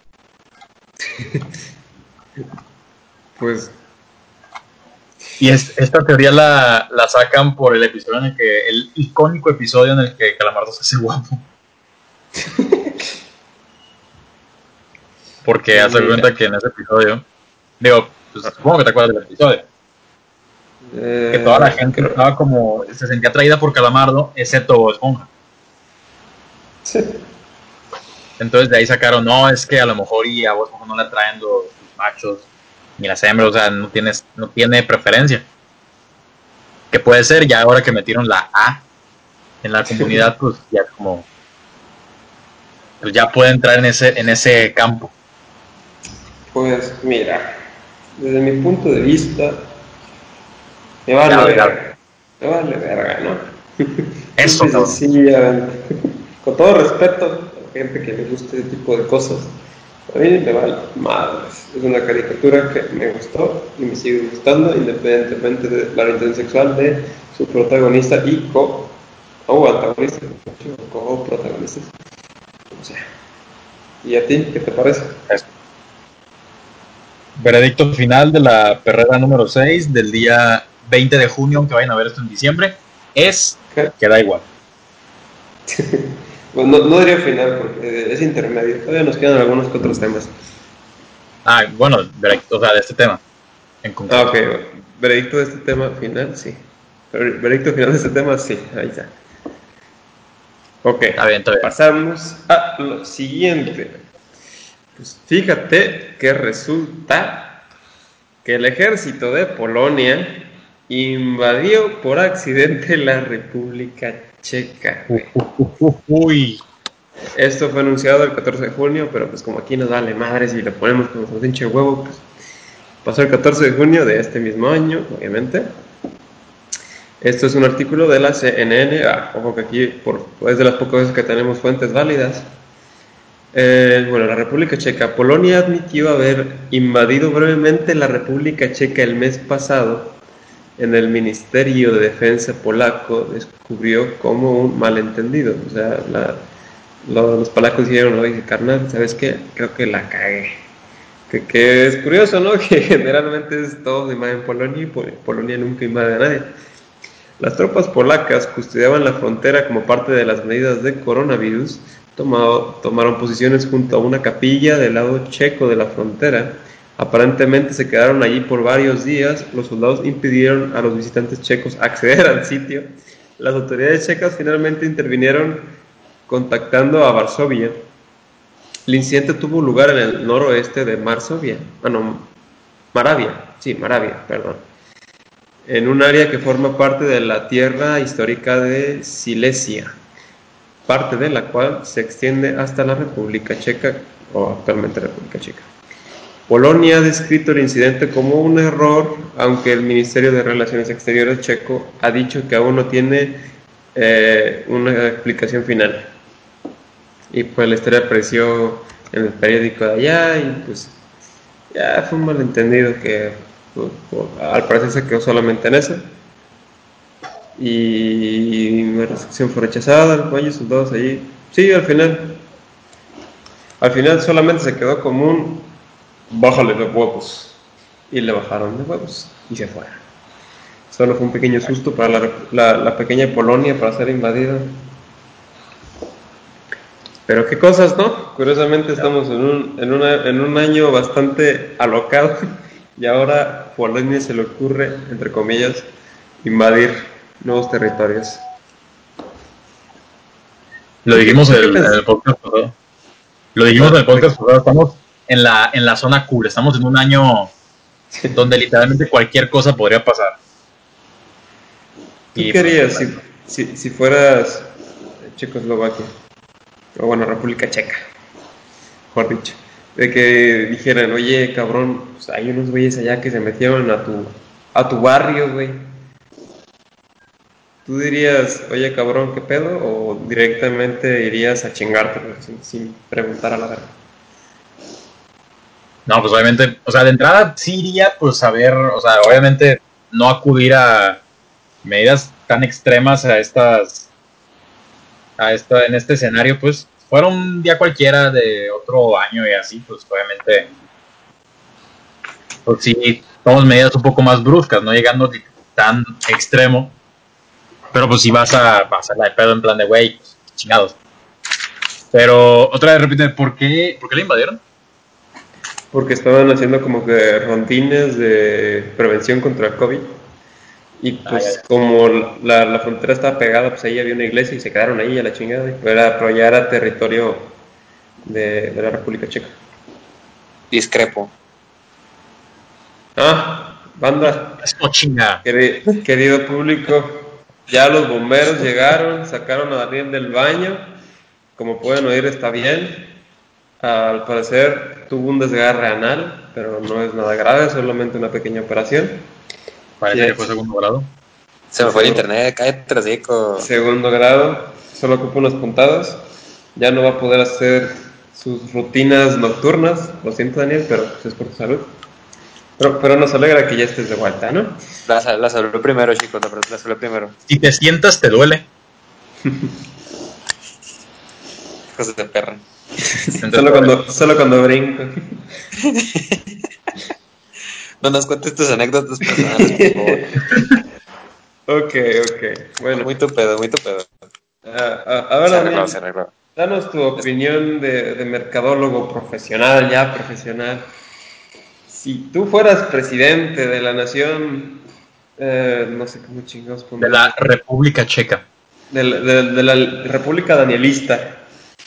Pues, Y esta teoría la sacan por el episodio en el icónico episodio en el que Calamardo se hace guapo. Porque pues hace mira, cuenta que en ese episodio, digo, pues supongo que te acuerdas del episodio, que toda la gente creo. estaba como, se sentía atraída por Calamardo, excepto Bob Esponja. Sí. Entonces de ahí sacaron, no, es que a lo mejor y a Bob Esponja no le atraen los machos ni las hembras, o sea, no tiene preferencia. Que puede ser, ya ahora que metieron la A en la comunidad, pues ya como, pues ya puede entrar en ese campo. Pues mira, desde mi punto de vista, me Ya, vale vale, ya. verga. Me vale verga, ¿no? Eso, Simple y cabrón. sencillamente. Con todo respeto a la gente que le guste ese tipo de cosas, a mí me vale madres. Es una caricatura que me gustó y me sigue gustando, independientemente de la orientación sexual de su protagonista y o antagonista, co-protagonistas. O sea, ¿y a ti qué te parece? Eso. Veredicto final de la perrera número 6 del día 20 de junio, aunque vayan a ver esto en diciembre, es ¿Qué? que da igual. Pues no diría final porque es intermedio. Todavía nos quedan algunos que otros temas. Ah, bueno, veredicto, o sea, de este tema en Ah, concreto. ok. Veredicto de este tema final, sí. Veredicto final de este tema, sí. Ahí está. Ok. Está bien, está bien. Pasamos a lo siguiente. Pues fíjate que resulta que el ejército de Polonia invadió por accidente la República Checa, güey. Uy, Esto fue anunciado el 14 de junio, pero pues como aquí nos vale madres y le ponemos como un pinche huevo, pues pasó el 14 de junio de este mismo año, obviamente. Esto es un artículo de la CNN. Ojo que aquí es de las pocas veces que tenemos fuentes válidas. Bueno, la República Checa. Polonia admitió haber invadido brevemente la República Checa el mes pasado en el Ministerio de Defensa polaco descubrió como un malentendido. O sea, los polacos dijeron, oye, carnal, ¿sabes qué? Creo que la cagué. Que es curioso, ¿no? Que generalmente es todo de en Polonia y Polonia nunca invade a nadie. Las tropas polacas custodiaban la frontera como parte de las medidas de coronavirus. Tomaron posiciones junto a una capilla del lado checo de la frontera. Aparentemente se quedaron allí por varios días. Los soldados impidieron a los visitantes checos acceder al sitio. Las autoridades checas finalmente intervinieron contactando a Varsovia. El incidente tuvo lugar en el noroeste de Varsovia. Moravia, perdón. En un área que forma parte de la tierra histórica de Silesia, parte de la cual se extiende hasta la República Checa, o actualmente República Checa. Polonia ha descrito el incidente como un error, aunque el Ministerio de Relaciones Exteriores checo ha dicho que aún no tiene una explicación final. Y pues la historia apareció en el periódico de allá y pues ya fue un malentendido que al parecer se quedó solamente en eso. Y mi resolución fue rechazada, varios soldados allí. Sí, al final solamente se quedó como un bájale de huevos. Y le bajaron de huevos y se fueron. Solo fue un pequeño susto para la pequeña Polonia para ser invadida. Pero qué cosas, ¿no? Curiosamente estamos en un año bastante alocado y ahora Polonia se le ocurre, entre comillas, invadir nuevos territorios. Lo dijimos ¿Tú qué en piensas? el podcast pasado. Lo dijimos en el podcast pasado. Estamos en la zona cool. Estamos en un año donde literalmente cualquier cosa podría pasar. ¿Tú Y qué pues, harías si fueras Checoslovaquia? O bueno, República Checa, mejor dicho. De que dijeran, oye, cabrón, pues hay unos güeyes allá que se metieron a tu barrio, güey. ¿Tú dirías, oye, cabrón, qué pedo? ¿O directamente irías a chingarte sin preguntar a la verga? no, pues obviamente, o sea, de entrada sí iría, pues a ver, o sea, obviamente no acudir a medidas tan extremas en este escenario, pues fuera un día cualquiera de otro año y así, pues obviamente, pues sí, tomamos medidas un poco más bruscas, no llegando tan extremo, pero pues sí vas a la de pedo en plan de, güey, pues, chingados. Pero otra vez repite, ¿por qué la invadieron? Porque estaban haciendo como que rondines de prevención contra el COVID. Y Ah, ya, pues ya. como la frontera estaba pegada, pues ahí había una iglesia y se quedaron ahí a la chingada. Pero ya era territorio de la República Checa. Discrepo. Banda, Es chinga. querido público, ya los bomberos llegaron, sacaron a Daniel del baño. Como pueden oír, está bien. Al parecer tuvo un desgarre anal, pero no es nada grave, solamente una pequeña operación. Parece que fue Sí, segundo grado. Se me fue el internet, cállate, trasico. segundo grado, solo ocupa unas puntadas. Ya no va a poder hacer sus rutinas nocturnas. Lo siento, Daniel, pero pues, es por tu salud. Pero nos alegra que ya estés de vuelta, ¿no? La salud primero, chicos, la salud primero. Si te sientas, te duele. Hijos de perra. Entonces, Solo cuando brinco. No nos cuentes tus anécdotas personales, por favor. Ok. Bueno, Muy tu pedo, muy tu pedo. a ver, Se arregló, se Daniel, arregló. danos tu opinión de mercadólogo profesional, ya profesional. Si tú fueras presidente de la nación, no sé cómo chingados de la ponerle, República Checa. de la República Danielista,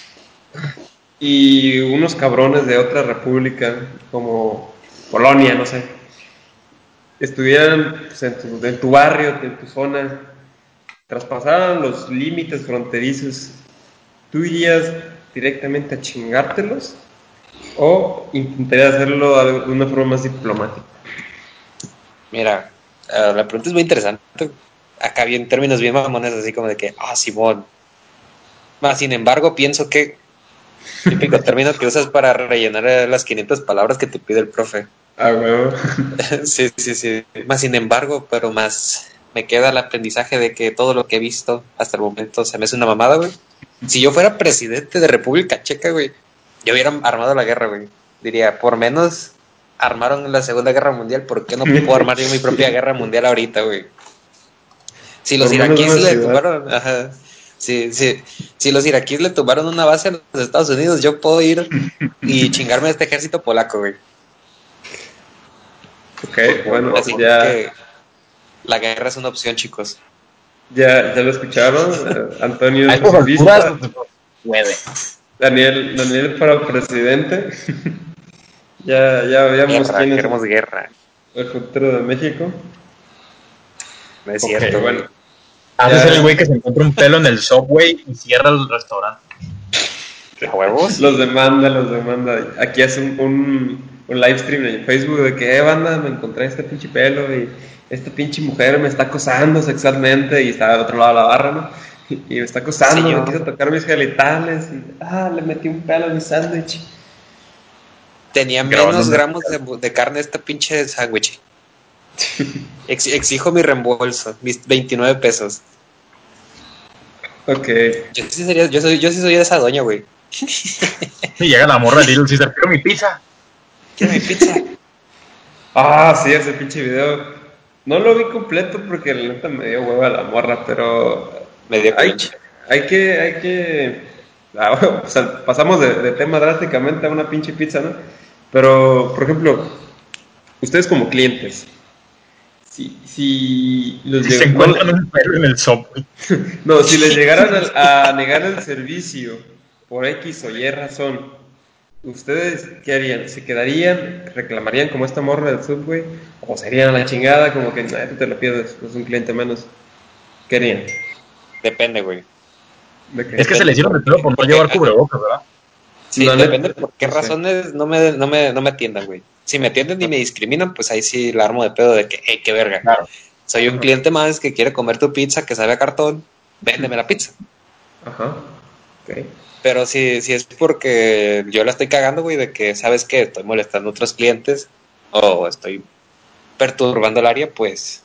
y unos cabrones de otra república, como Polonia, no sé, estuvieran pues, en tu barrio, en tu zona, traspasaran los límites fronterizos, ¿tú irías directamente a chingártelos o intentarías hacerlo de una forma más diplomática? Mira, la pregunta es muy interesante. Acá bien términos bien mamones, así como de que, Simón. Más sin embargo, pienso que típico término que usas para rellenar las 500 palabras que te pide el profe. Ah, huevo. Sí, sí, sí. Más sin embargo, pero más me queda el aprendizaje de que todo lo que he visto hasta el momento se me hace una mamada, güey. Si yo fuera presidente de República Checa, güey, yo hubiera armado la guerra, güey. Diría, por menos armaron la Segunda Guerra Mundial, ¿por qué no puedo armar yo mi propia guerra mundial ahorita, güey? Si Por los menos iraquíes una le ciudad. tumbaron, ajá, sí, sí, si los iraquíes le tumbaron una base a los Estados Unidos, yo puedo ir y chingarme a este ejército polaco, güey. Ok, bueno, Así ya, que la guerra es una opción, chicos. ya lo escucharon. Antonio A es estas alturas, pacifista. pues, puede. Daniel para presidente. Ya veamos Guerra, quién es queremos guerra. el futuro de México. No es Ok, cierto, bueno, güey. Hace ser el güey ya que se encuentra un pelo en el subway y cierra el restaurante. ¿A huevos? los demanda. Aquí hace un live stream en Facebook de que, banda, me encontré este pinche pelo y esta pinche mujer me está acosando sexualmente y está al otro lado de la barra, ¿no? Y me está acosando, me quiso Señor, tocar mis genitales y, le metí un pelo en mi sándwich. tenía Grabando menos un gramos restaurante. de carne esta pinche sándwich. Exijo mi reembolso, mis 29 pesos. Ok. Yo sí soy de esa doña, güey. Y llega la morra de Little Caesar, quiero mi pizza. Quiero mi pizza. Sí, ese pinche video. No lo vi completo porque la neta me dio hueva la morra, pero Me dio hay, cringe. o sea, pasamos de tema drásticamente a una pinche pizza, ¿no? Pero, por ejemplo, ustedes como clientes, si Si se encuentran un pelo en el subway. no, si les llegaran a negar el servicio por X o Y razón, ¿ustedes qué harían? ¿Se quedarían, reclamarían como esta morra del Subway? ¿O serían a la chingada como que, tú te lo pierdes, es un cliente menos? ¿Qué harían? Depende, güey. ¿De Es que se qué? le Depende hicieron de pedo por no porque, llevar cubrebocas, ¿verdad? sí, La depende neta, por qué no sé. razones no me atiendan, güey. Si me atienden y me discriminan, pues ahí sí la armo de pedo de que, hey, qué verga. Claro. Soy un Ajá, cliente más que quiere comer tu pizza que sabe a cartón, véndeme la pizza. ajá, ok. Pero si es porque yo la estoy cagando, güey, de que sabes que estoy molestando a otros clientes o estoy perturbando el área, pues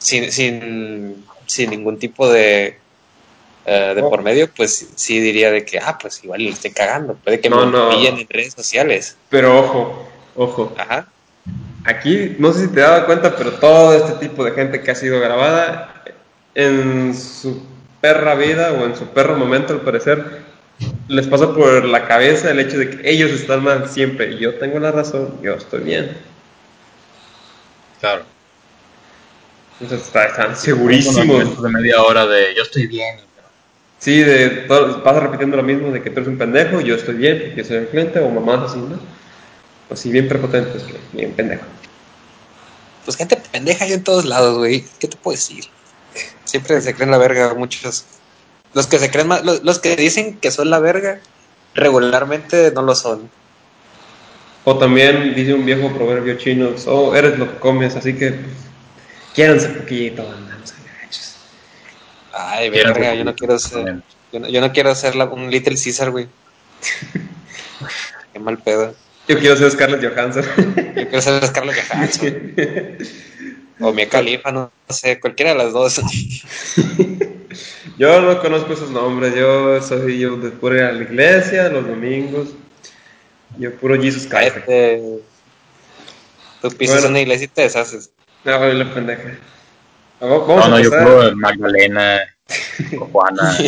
sin ningún tipo de por Oh, medio, pues sí diría de que, pues igual le estoy cagando, puede que me no, humillen no, en redes sociales. pero ojo. Ajá. Aquí, no sé si te daba cuenta, pero todo este tipo de gente que ha sido grabada en su perra vida o en su perro momento, al parecer, les pasa por la cabeza el hecho de que ellos están mal siempre. Yo tengo la razón, yo estoy bien. Claro. Entonces están Y se ponen con segurísimos. argumentos de media hora de yo estoy bien. Sí, vas repitiendo lo mismo de que tú eres un pendejo, yo estoy bien, porque yo soy el cliente, o mamás así, ¿no? Pues sí, bien prepotentes, que bien pendejo. Pues gente pendeja hay en todos lados, güey. ¿Qué te puedo decir? Siempre se creen la verga muchos. Los que se creen más, los que dicen que son la verga, regularmente no lo son. O también dice un viejo proverbio chino, eres lo que comes, así que pues, quiéranse poquito, andamos agachos. Ay, Quieren ser verga, yo no poquito, quiero ser, exactamente. yo no quiero ser un Little Caesar, güey. Qué mal pedo. Yo quiero ser Scarlett Johansson. Yo quiero ser Scarlett Johansson. O Mia Khalifa, no sé, cualquiera de las dos. Yo no conozco esos nombres, yo de puro ir a la iglesia los domingos, yo puro Jesus Christ. Cállate. Tú pisas Bueno, una iglesia y te deshaces. no, la pendeja. Vamos No, a no, yo puro pasar. Magdalena, Juana.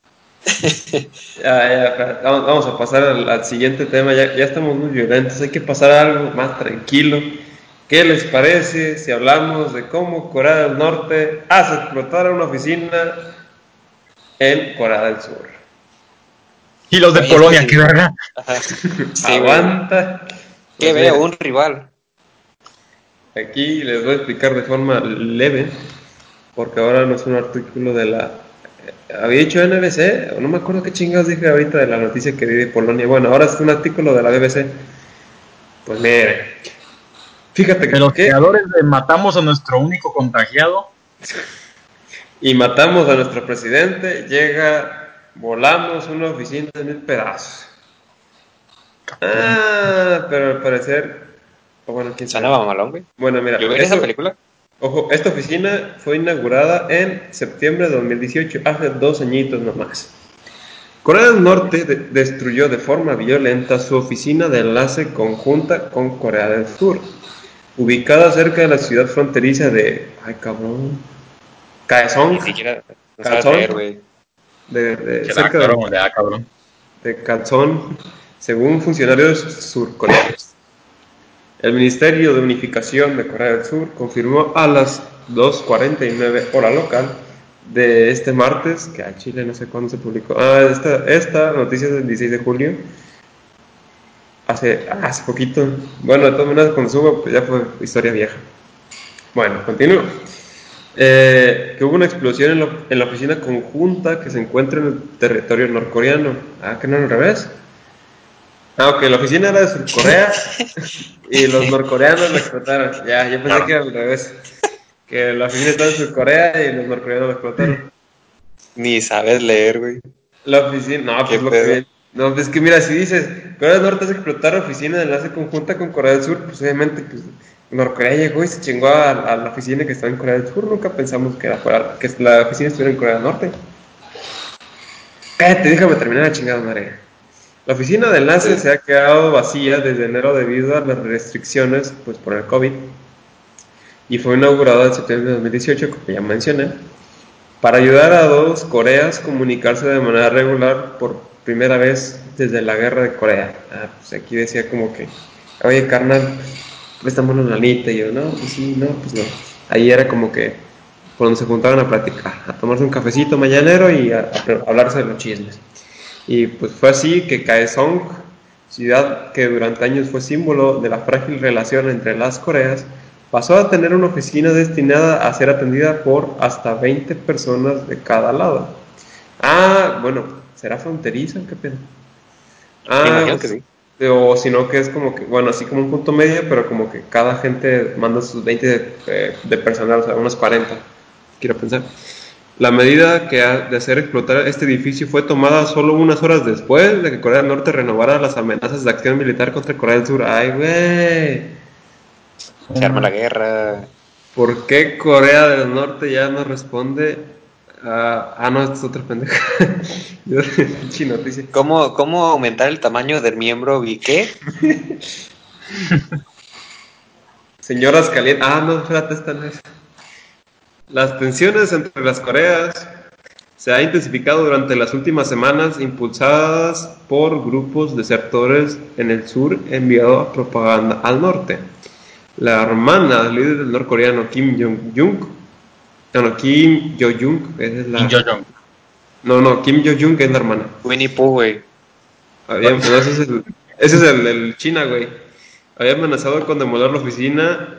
Vamos a pasar al siguiente tema. Ya estamos muy violentos. Hay que pasar a algo más tranquilo. ¿Qué les parece si hablamos de cómo Corea del Norte hace explotar una oficina en Corea del Sur? Y los de Güey, es que Polonia, qué sí. verga. Ajá. Sí, güey. Aguanta. Que Pues veo mire, un rival. aquí les voy a explicar de forma leve, porque ahora no es un artículo de la. Había dicho NBC, o no me acuerdo qué chingados dije ahorita de la noticia que vi de Polonia. Bueno, ahora es un artículo de la BBC. Pues mire, De fíjate los que. creadores de Matamos a nuestro único contagiado. Y matamos a nuestro presidente, volamos una oficina en mil pedazos. Pero al parecer O bueno, quién sabe. Suena mamalón, güey. Bueno, mira, Yo vi esa película. ojo, esta oficina fue inaugurada en septiembre de 2018, hace 2 añitos nomás. Corea del Norte destruyó de forma violenta su oficina de enlace conjunta con Corea del Sur, ubicada cerca de la ciudad fronteriza de... Ay, cabrón. Kaesong. Ni siquiera no sabes Calzón. leer, güey. Se la Cerca actuaron de cabrón. de Calzón, según funcionarios surcoreanos. El Ministerio de Unificación de Corea del Sur confirmó a las 2:49 hora local de este martes, que a Chile no sé cuándo se publicó. Esta noticia es del 16 de julio, hace poquito. Bueno, de todas maneras, cuando subo, pues ya fue historia vieja. Bueno, continúo. Que hubo una explosión en la oficina conjunta que se encuentra en el territorio norcoreano. Que no, al revés. Ok, la oficina era de Surcorea y los norcoreanos la explotaron. Ya, yo pensé que era al revés. Que la oficina estaba en Surcorea y los norcoreanos la explotaron. Ni sabes leer, güey. La oficina, no, ¿Qué pues lo que pedo? viene. No, pues que mira, si dices, Corea del Norte hace explotar oficina de enlace conjunta con Corea del Sur, pues obviamente, pues Norcorea llegó y se chingó a la oficina que estaba en Corea del Sur. Nunca pensamos que que la oficina estuviera en Corea del Norte. Cállate, déjame terminar la chingada madre. La oficina de enlace Sí. se ha quedado vacía desde enero debido a las restricciones pues, por el COVID y fue inaugurada en septiembre de 2018, como ya mencioné, para ayudar a dos Coreas a comunicarse de manera regular por primera vez desde la guerra de Corea. Pues aquí decía como que, oye carnal, préstame una lanita, y yo, no, pues sí, no, pues no. Ahí era como que cuando se juntaban a platicar, a tomarse un cafecito mañanero y a hablarse de los chismes. Y pues fue así que Kaesong, ciudad que durante años fue símbolo de la frágil relación entre las Coreas, pasó a tener una oficina destinada a ser atendida por hasta 20 personas de cada lado. Bueno, ¿será fronteriza? ¿Qué pedo? Me imagino que sí. O si no, que es como que, bueno, así como un punto medio, pero como que cada gente manda sus 20 de personal, o sea, unos 40, quiero pensar. La medida de hacer explotar este edificio fue tomada solo unas horas después de que Corea del Norte renovara las amenazas de acción militar contra Corea del Sur. Ay, güey. Se arma la guerra. ¿Por qué Corea del Norte ya no responde no, esta es otra pendeja. Pinche noticia. ¿Cómo aumentar el tamaño del miembro y qué? Señoras calientes. No, espérate, esta no es. Las tensiones entre las Coreas se han intensificado durante las últimas semanas, impulsadas por grupos desertores en el sur enviado a propaganda al norte. La hermana del líder del norcoreano Kim Jong-un, Kim Jo-jung, esa es Kim la... Jong-un. No, Kim Jo-jung es la hermana. Winnie Pooh, güey. No, ese es el China, güey. Había amenazado con demoler la oficina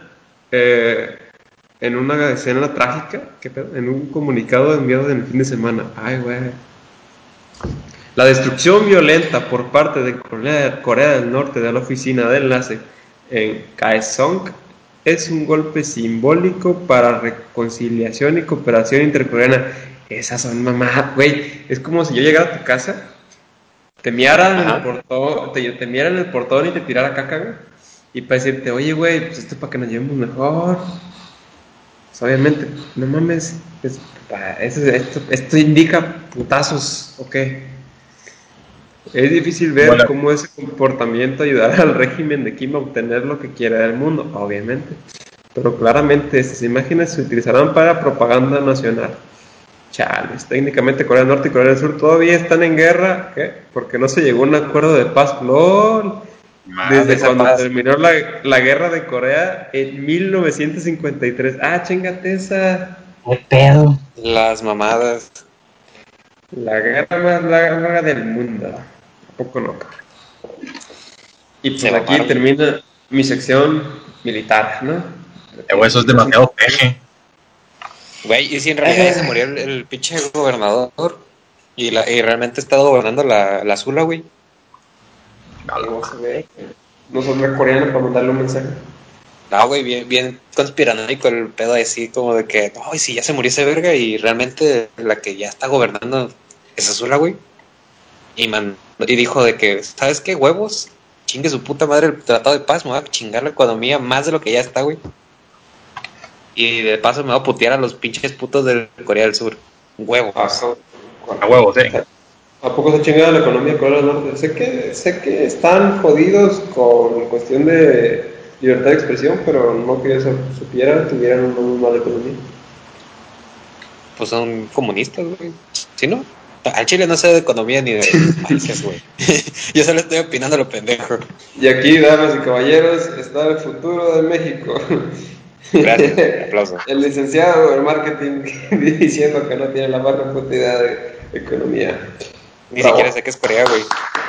en una escena trágica, ¿qué pedo? En un comunicado enviado en el fin de semana. Ay, güey. La destrucción violenta por parte de Corea del Norte de la oficina de enlace en Kaesong es un golpe simbólico para reconciliación y cooperación intercoreana. Esas son mamadas, güey. Es como si yo llegara a tu casa, te miaran en el Ajá. portón, te miaran en el portón y te tirara caca, güey. Y para decirte, oye, güey, pues esto es para que nos llevemos mejor. Pues obviamente, no mames. Esto indica putazos, ¿ok? Es difícil ver Bueno, cómo ese comportamiento ayudará al régimen de Kim a obtener lo que quiera del mundo, obviamente. Pero claramente estas imágenes se utilizarán para propaganda nacional. Chales, técnicamente Corea del Norte y Corea del Sur todavía están en guerra, ¿qué? Porque no se llegó a un acuerdo de paz. ¡Lol! Desde Esa cuando paz. terminó la guerra de Corea en 1953. Chingate esa. ¿qué pedo? Las mamadas. La guerra más larga del mundo. ¿A poco no? Y Se pues aquí mamaron. termina mi sección militar, ¿no? Eso es Más demasiado peje. Güey, y si en realidad ya se murió el pinche gobernador y realmente ha estado gobernando la Zula, güey. Vamos a ver. No soy coreano para mandarle un mensaje. No, güey, bien conspiranoico el pedo así como de que, no, y si ya se murió ese verga y realmente la que ya está gobernando es Azula, güey. Y dijo de que, ¿sabes qué? Huevos, chingue su puta madre el tratado de paz, me voy a chingar la economía más de lo que ya está, güey. Y de paso me voy a putear a los pinches putos de Corea del Sur. Huevo. A huevo, sí. ¿A poco se chingada la economía de Corea del Norte? Sé que están jodidos con cuestión de libertad de expresión, pero no que eso supieran, tuvieran una muy mala economía. Pues son comunistas, güey. ¿Sí, no? Al Chile no sé de economía ni de países, güey. Yo solo estoy opinando lo pendejo. Y aquí, damas y caballeros, está el futuro de México. Gracias, aplauso. El licenciado en marketing diciendo que no tiene la más puta idea de economía. Ni Bravo. siquiera sé qué es Corea, güey.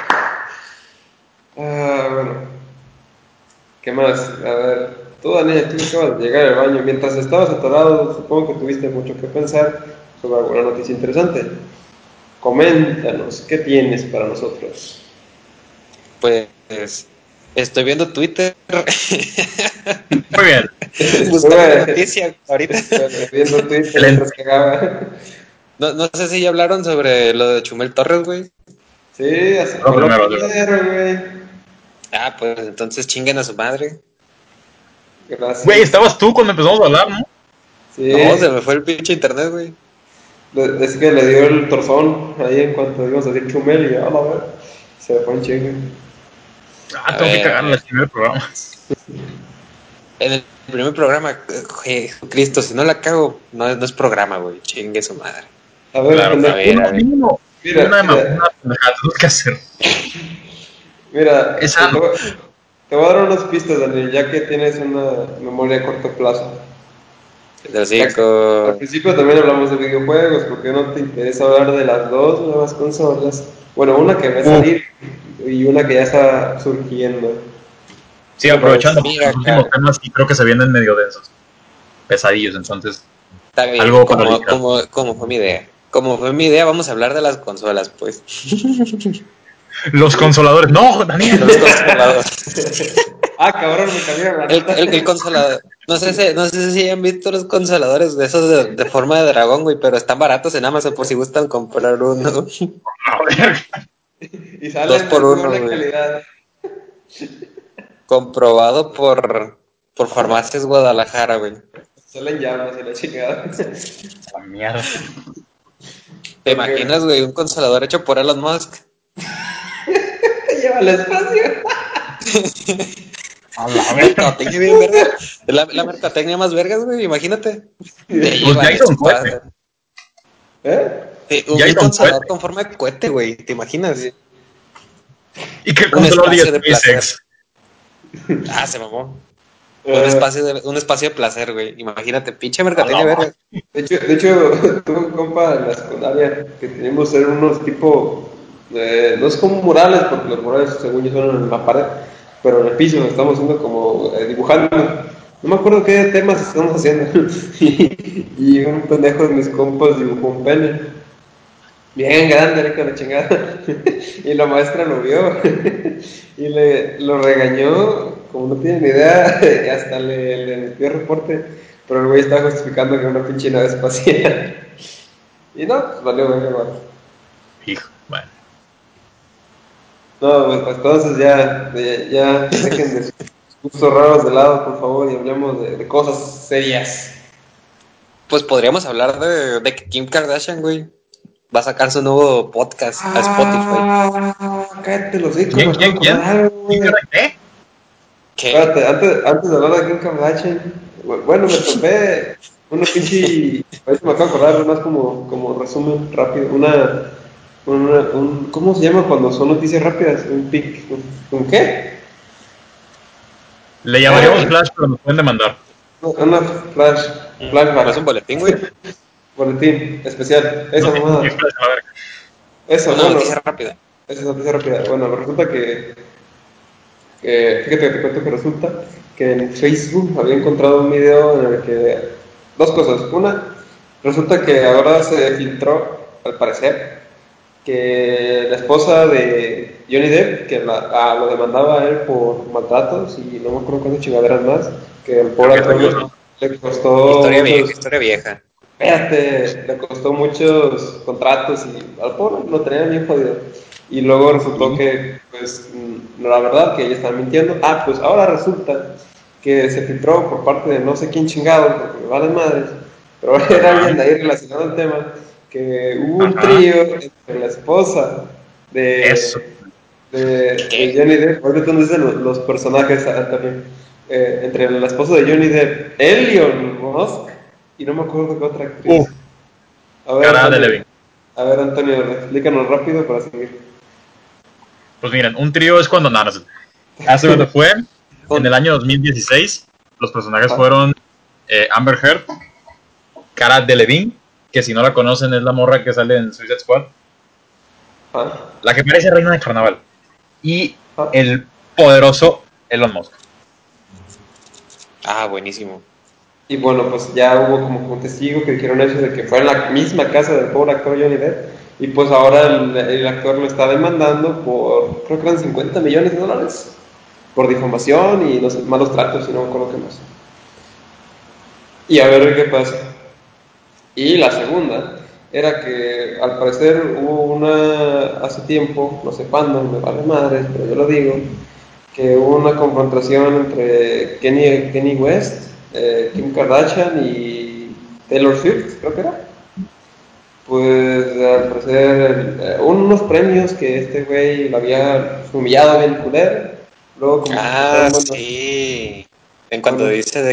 Bueno, ¿qué más? A ver, tú, Daniel, tú acabas de llegar al baño. Mientras estabas atorado, supongo que tuviste mucho que pensar sobre alguna noticia interesante. Coméntanos, ¿qué tienes para nosotros? Pues estoy viendo Twitter. Muy bien. Buscando una Estuve, noticia ahorita. estuve viendo Twitter Excelente. mientras cagaba. No sé si ya hablaron sobre lo de Chumel Torres, güey. Sí, hace No, color primero, primero, güey. Ah, pues entonces chinguen a su madre. Gracias. Güey, estabas tú cuando empezamos a hablar, ¿no? Sí, No, se me fue el pinche internet, güey. es que le dio el torzón ahí en cuanto íbamos a decir Chumel y a la ver, se fue en chingue. Ah, tengo que cagar en el primer programa. En el primer programa, Jesucristo, si no la cago, no es programa, güey. Chingue su madre. A ver, Claro, pendejo. A ver. uno, Mira, una mira, pendejada tengo que hacer. mira, Es te sano. voy, te voy a dar unas pistas, Daniel, ya que tienes una memoria a corto plazo. El Ya que al hocico. principio también hablamos de videojuegos, ¿por qué no te interesa hablar de las dos nuevas consolas? Bueno, una que va a salir y una que ya está surgiendo. Sí, Pues aprovechando porque mira, los últimos temas sí creo que se vienen medio densos, pesadillos, entonces está bien, algo para aliviar. como fue mi idea. Como fue mi idea, vamos a hablar de las consolas, pues. Los consoladores. No, Daniel. Los consoladores. Ah, cabrón, me cambiaron la nota. El consolador. No sé si han visto los consoladores de esos de forma de dragón, güey, pero están baratos en Amazon por si gustan comprar uno. A ver. Y Dos salen de por muy uno, buena güey. calidad. Comprobado por Farmacias Guadalajara, güey. Salen llamas y la chingada. La mierda. ¿Te Ok. imaginas, güey, un consolador hecho por Elon Musk? Lleva al espacio. A la vez. Mercadotecnia bien verga. La mercadotecnia más vergas, güey, imagínate. Te Pues lleva ya al hizo un cohete. espacio. ¿Eh? Ya Un hizo un consolador cohete. con forma de cohete, güey, ¿te imaginas? Sí. Y que el Un consolador diga espacio de placer. SpaceX. Ah, se mamó. Eh, Un espacio de placer, güey. Imagínate, pinche A la mercadotecnia madre. vergas. de hecho, tuve un compa en la secundaria que teníamos que ser unos tipo, no es como murales, porque los murales según yo son en la pared, pero en el piso nos estamos haciendo como dibujando. No me acuerdo qué temas estamos haciendo. y un pendejo de mis compas dibujó un pene. Bien grande, le con la chingada. Y la maestra lo vio y lo regañó, como no tiene ni idea, y hasta le metió reporte. Pero el güey estaba justificando que era una pinche nave espacial. Y no, pues valió verga, güey. Hijo, bueno. No, pues entonces ya dejen de sus gustos raros de lado, por favor, y hablemos de cosas serias. Pues podríamos hablar de que Kim Kardashian, güey, va a sacar su nuevo podcast a Spotify. Cállate los hijos, me ¿Quién, acabo de quién, quién? acordar algo, ¿Quién güey. era qué? ¿Qué? Espérate, antes de hablar de Kim Kardashian, bueno, me topé una pinche, ahorita me acabo de acordar, más como resumen rápido, ¿cómo se llama cuando son noticias rápidas? Un pic, ¿un qué? Le ¿Un llamaríamos boletín? Flash, pero nos pueden demandar. Una ¿No es un flashback, boletín, güey? boletín especial, esa No tiene mamada, Flash, a ver. eso, Una bueno, noticia rápida. esa es noticia rápida, bueno, resulta fíjate que te cuento que resulta que en Facebook había encontrado un video en el que, dos cosas, una, resulta que ahora se filtró, al parecer, que la esposa de Johnny Depp, que lo demandaba a él por maltratos y no me acuerdo cuántas chingaderas más, que el Creo pobre que es actor acoso. le costó Historia vieja, muchos, historia vieja. espérate, le costó muchos contratos y al pobre lo tenía bien jodido. Y luego resultó que, pues, la verdad que ella estaba mintiendo. Pues ahora resulta que se filtró por parte de no sé quién chingado, porque me valen madres, pero era alguien de ahí relacionado al tema, que hubo un trío entre la esposa Eso. de Johnny Depp. Ahorita no dicen los personajes, Antonio. Entre la esposa de Johnny Depp, Elon Musk, y no me acuerdo qué otra actriz. Cara de Levin. A ver, Antonio, explícanos rápido para seguir. Pues miren, un trío es cuando nada. Hace cuando fue, en el año 2016, los personajes fueron Amber Heard, Cara Delevingne, que si no la conocen es la morra que sale en Suicide Squad, la que parece reina de carnaval, y el poderoso Elon Musk. Buenísimo. Y bueno, pues ya hubo como un testigo que dijeron eso de que fue en la misma casa del pobre actor Johnny Depp. Y pues ahora el actor lo está demandando por, creo que eran $50 millones por difamación y no sé, malos tratos y no me acuerdo qué más. Y a ver qué pasa. Y la segunda era que al parecer hubo hace tiempo, no sé cuándo, me vale madres, pero yo lo digo, que hubo una confrontación entre Kanye West, Kim Kardashian y Taylor Swift, creo que era. Pues al parecer unos premios que este güey lo había humillado bien culero. Luego como Sí. En cuanto dice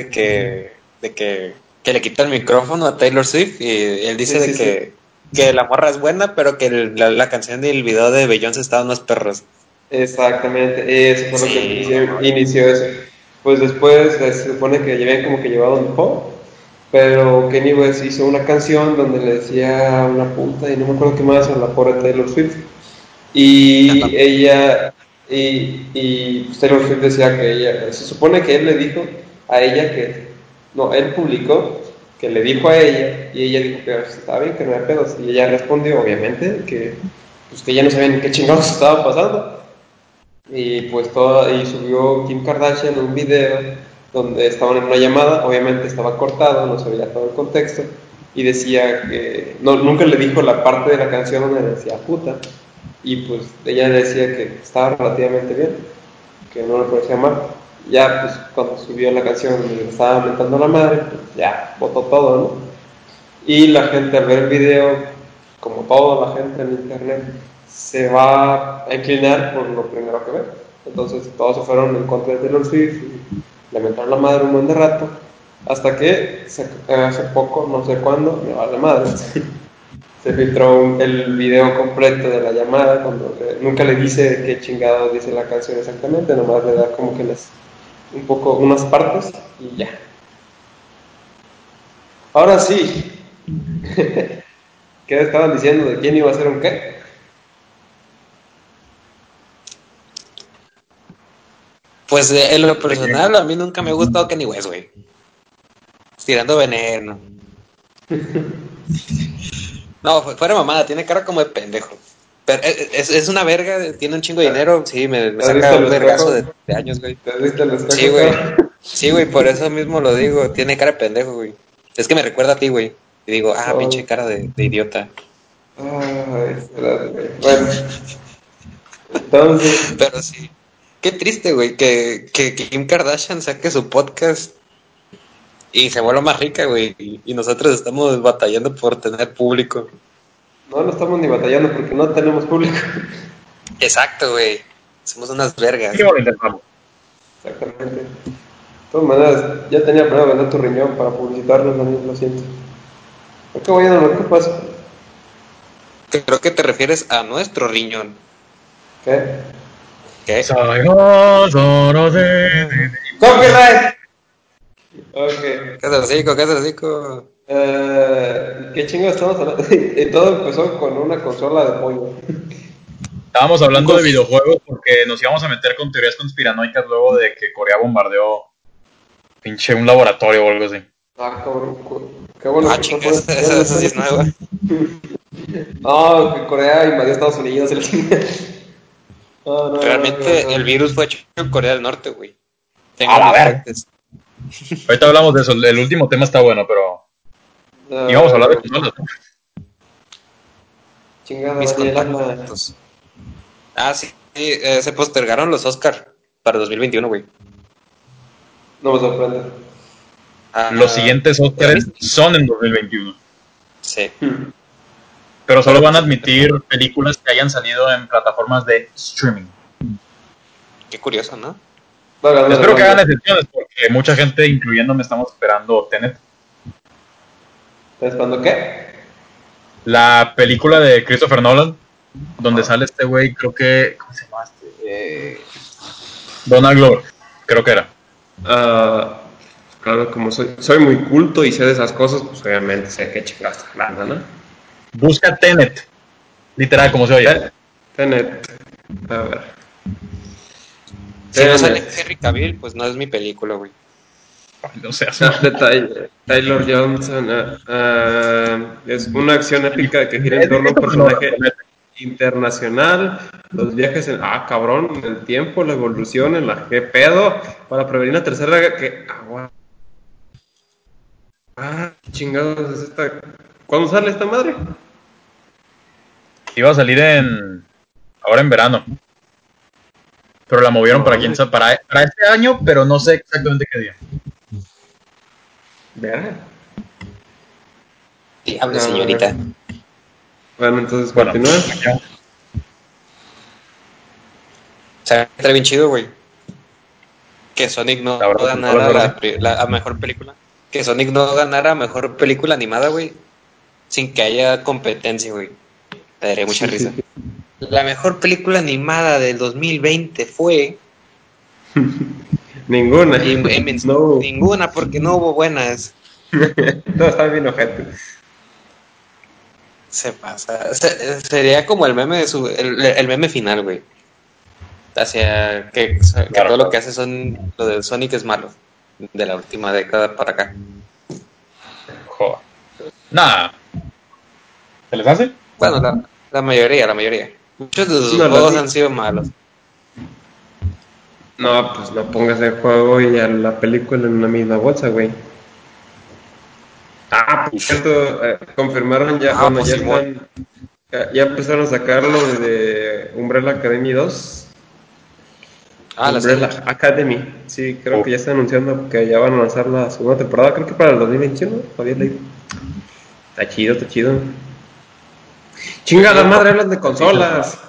que le quita el micrófono a Taylor Swift y él dice que la morra es buena, pero que la canción y el video de Beyoncé estaban más perros. Exactamente, eso fue lo que inició eso. Pues después se supone que habían como que llevado mejor, pero Kanye West hizo una canción donde le decía una puta y no me acuerdo qué más a la pobre Taylor Swift. Y ella, y pues Taylor Swift decía que ella, se supone que él le dijo a ella él publicó que le dijo a ella y ella dijo que estaba bien, que no había pedos. Y ella respondió, obviamente, pues que ya no sabía ni qué chingados estaba pasando. Y pues y subió Kim Kardashian un video donde estaban en una llamada, obviamente estaba cortado, no se veía todo el contexto, y decía que nunca le dijo la parte de la canción donde decía puta, y pues ella decía que estaba relativamente bien, que no le parecía mal. Ya pues cuando subió la canción donde le estaba mentando la madre, pues ya botó todo, ¿no? Y la gente al ver el video, como toda la gente en internet, se va a inclinar por lo primero que ve. Entonces todos se fueron en contra de Taylor Swift y le metieron la madre un buen de rato, hasta que hace poco, no sé cuándo, me va la madre. Se filtró el video completo de la llamada, cuando nunca le dice qué chingado dice la canción exactamente, nomás le da como que unas partes y ya. Ahora sí, ¿qué estaban diciendo de quién iba a ser un qué? Pues en lo personal, a mí nunca me ha gustado Kanye West, güey. Tirando veneno. No, fuera mamada, tiene cara como de pendejo. Pero es una verga, tiene un chingo de dinero. Sí, me ¿Te has visto saca el un vergazo espejo? de años, güey. ¿Te has visto el espejo, Sí, güey. cabrón? Sí, güey, por eso mismo lo digo. Tiene cara de pendejo, güey. Es que me recuerda a ti, güey. Y digo, pinche cara de idiota. Espérate, bueno, entonces, Pero sí. Qué triste, güey, que Kim Kardashian saque su podcast y se vuelva más rica, güey. Y nosotros estamos batallando por tener público. no estamos ni batallando porque no tenemos público. Exacto, güey. Somos unas vergas. Sí, lo intentamos. Exactamente. De todas maneras, ya tenía planeado vender tu riñón para publicitarlo, Daniel, lo siento. Acá voy a ver qué pasa. Creo que te refieres a nuestro riñón. ¿Qué? ¿Qué? ¡Copyright! Ok. ¿Qué es el hocico? ¿Qué es el hocico? ¿Qué chingo estamos hablando? Y todo empezó con una consola de pollo. Estábamos hablando de videojuegos porque nos íbamos a meter con teorías conspiranoicas luego de que Corea bombardeó pinche un laboratorio o algo así. Cabrón, qué bueno que estás Chingas, poniendo esa sí es nueva. No, que Corea invadió Estados Unidos. Realmente el No. virus fue hecho en Corea del Norte, güey. A Tengo la mis ver. fuentes. Ahorita hablamos de eso. El último tema está bueno, pero Y vamos a hablar de consolas, ¿no? Chingada, Mis Daniela. contactos. Ah, sí, se postergaron los Oscar para 2021, güey. No me sorprende. Los siguientes A Oscars mí son en 2021. sí. Pero solo Pero van a pues, admitir películas que hayan salido en plataformas de streaming. qué curioso, ¿no? Va ganando Espero que Holanda. hagan excepciones, porque mucha gente, incluyéndome, estamos esperando Tenet. ¿Estás esperando qué? La película de Christopher Nolan, donde sale este güey, creo que... ¿Cómo se llama este? Donald Glover, creo que era. Claro, como soy muy culto y sé de esas cosas, pues obviamente sé qué chingados está hablando, ¿no? Busca Tenet, literal, como se oye. Tenet. A ver. Si no sale Tenet. Henry Cavill, pues no es mi película, güey. No seas... De Taylor Johnson. Es una acción épica que gira en Es de torno a un Christopher Nolan, personaje promete. internacional. Los viajes en. Ah, cabrón. En el tiempo, la evolución, en la. ¿Qué pedo? Para prevenir la tercera guerra. ¿Qué chingados es esta? ¿Cuándo sale esta madre? Iba a salir ahora en verano. Pero la movieron No para quién mames. sabe, para este año, pero no sé exactamente qué día. Verga. Diablo, A ver. señorita. Bueno, entonces Bueno, continúa. O sea, está bien chido, güey. Que Sonic no la verdad, consolas ganara ahora sí. la mejor película. Que Sonic no ganara mejor película animada, güey. Sin que haya competencia, güey. Me daría mucha Sí, risa. sí, sí. La mejor película animada del 2020 fue... Ninguna. No. Ninguna, porque no hubo buenas. Todos están bien ojetes. Se pasa. Sería como el meme de el meme final, güey. Hacia que Claro, todo lo claro. que hace son lo de Sonic es malo. De la última década para acá. Joder. Nada. ¿Se les hace? Bueno, la mayoría, la mayoría. Muchos de sus No, juegos han sido malos. no, pues no pongas el juego y a la película en una misma bolsa, güey. Ah, por cierto, confirmaron ya, Ah, bueno, pues ya Simón. están, ya empezaron a sacarlo de Umbrella Academy 2. Ah, la serie. Umbrella Academy, sí, creo que Uf. ya están anunciando que ya van a lanzar la segunda temporada, creo que para el 2021, había leído. Está chido, está chido. Pues Chingada sí. madre, hablan de consolas.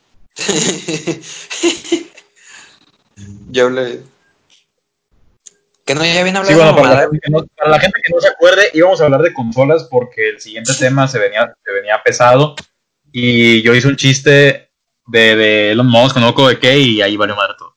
Yo le. Que no, ya habían Sí, hablado de esa bueno, mamada, güey. para la gente que no se acuerde, íbamos a hablar de consolas porque el siguiente tema se venía pesado. Y yo hice un chiste de Elon Musk, no me acuerdo de qué, y ahí valió madre todo.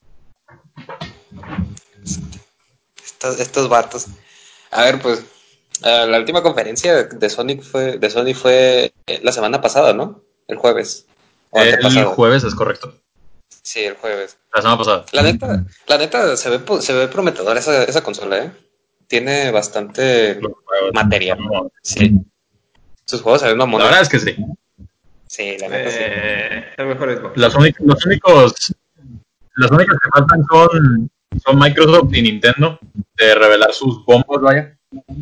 Estos vatos. A ver, pues. La última conferencia de Sony fue la semana pasada, ¿no? El jueves. O El antepasado. jueves es correcto. Sí, el jueves. La semana pasada. La neta se ve prometedor esa consola, ¿eh? Tiene bastante Los juegos. material. Sí. Sus juegos se ven La verdad mamones. es que sí. Sí, la neta sí. El mejor Xbox. Las únicas que faltan son Microsoft y Nintendo de revelar sus bombas, vaya.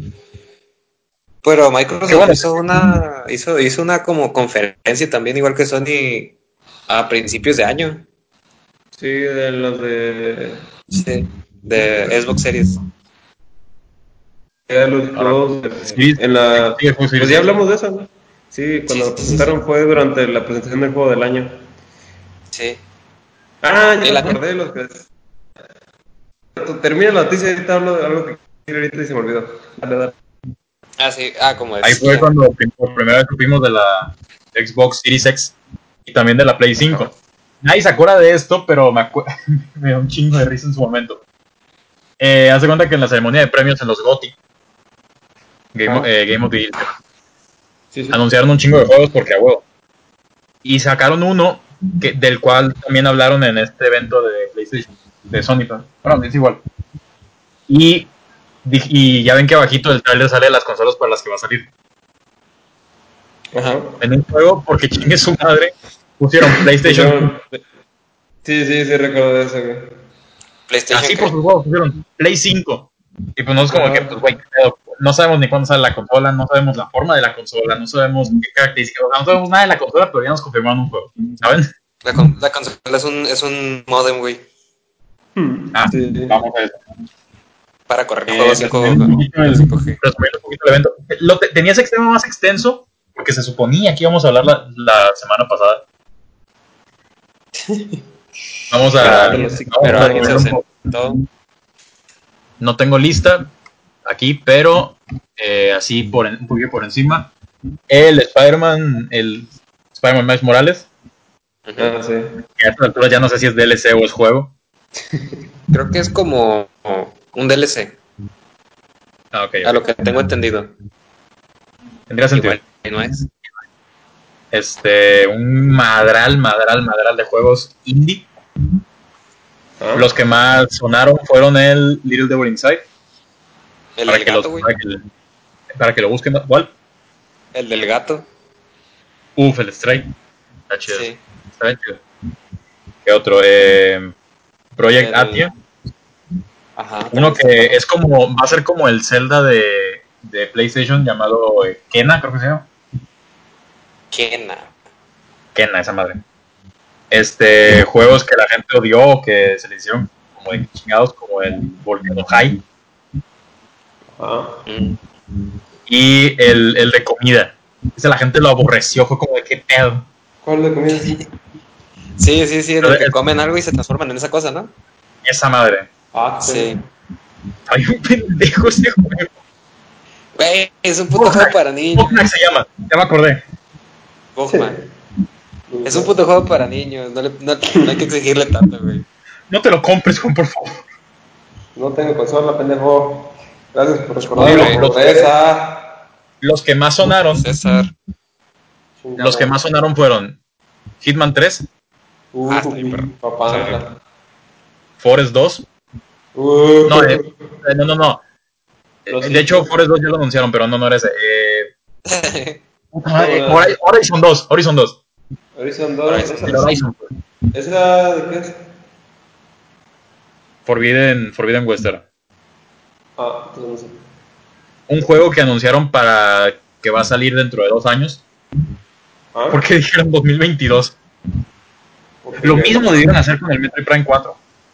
Pero Que Microsoft bueno, hizo una como conferencia también, igual que Sony, a principios de año. Sí, de los de Sí. De Xbox Series. los ahora, juegos sí, en la. sí, Xbox Pues Series ya X. hablamos de eso, ¿no? Sí, Sí, cuando sí, lo sí, sí. presentaron fue durante la presentación del juego del año. Sí. Ah, ya Y me la neta. acordé de los que. Termina la noticia y ahorita hablo de algo que quiero ahorita y se me olvidó. Dale, dale. Ah, sí. Como Ahí fue decía. cuando por primera vez supimos de la Xbox Series X y también de la Play Ajá. 5. Nadie se acuerda de esto, pero me dio un chingo de risa en su momento. Hace cuenta que en la ceremonia de premios en los GOTY, Ajá. Game of the Year, Sí, sí. anunciaron un chingo de juegos porque a huevo. Y sacaron uno del cual también hablaron en este evento de PlayStation, de Sony. Bueno, es igual. Y, y ya ven que abajito del trailer sale las consolas para las que va a salir. Ajá. En un juego, porque chingue su madre, pusieron PlayStation 5. Pusieron. Sí, sí, sí, recuerdo de eso, güey. ¿PlayStation Así por qué? sus juegos pusieron Play 5. Y pues no es como que, Ajá. pues, güey, qué pedo. no sabemos ni cuándo sale la consola, no sabemos la forma de la consola, no sabemos qué características, o sea, no sabemos nada de la consola, pero ya nos confirmaron un juego, ¿saben? La consola es un modem, güey, Sí. Vamos a eso. para correr juegos Resumiendo un poquito 5G. resumiendo un poquito el evento. Tenía ese extremo más extenso, porque se suponía que íbamos a hablar la semana pasada. Vamos a Pero alguien se resumir un poco. ausentó. No tengo lista aquí, pero así un poquito por encima. El Spider-Man Miles Morales, Ah, sí. que a esta altura ya no sé si es DLC o es juego. Creo que es como un DLC, Ah, ok. a lo que tengo entendido. Tendría sentido. Igual no es. Un madral de juegos indie. Ah. Los que más sonaron fueron el Little Devil Inside. El Para del que, gato, güey. para que lo busquen. ¿Cuál? El del gato. El Stray. Está chido. Sí. Está bien chido. ¿Qué otro? Project El- Atia. Ajá. Uno también que está es como, va a ser como el Zelda de PlayStation llamado Kena, creo que se llama. Kena. Kena, esa madre. Juegos que la gente odió, que se le hicieron como de chingados, como el Volcano High. Ah. Y el de comida. Ese la gente lo aborreció, fue como de qué pedo. ¿Cuál de comida? Sí, en el que comen algo y se transforman en esa cosa, ¿no? Esa madre. Ah, Sí. Hay un pendejo ese juego. Güey, es un puto juego para niños. Bognack se llama, ya me acordé. Bogman. Es un puto juego para niños. No hay que exigirle tanto, güey. No te lo compres, Juan, por favor. No tengo consola, pendejo. Gracias por Hombre, recordarme la pobreza. Los que más sonaron, César. fueron Hitman 3, Está bien, perro. Papá. Forest 2. No, no. De hecho, Forest 2 ya lo anunciaron, pero no era ese. Horizon 2. Horizon 2. El Horizon. ¿Esa de qué es? Forbidden Western. Ah, entonces no sé. Un juego que anunciaron para que va a salir dentro de 2 años. ¿Ah? Porque dijeron 2022. Lo mismo debieron hacer con el Metroid Prime 4.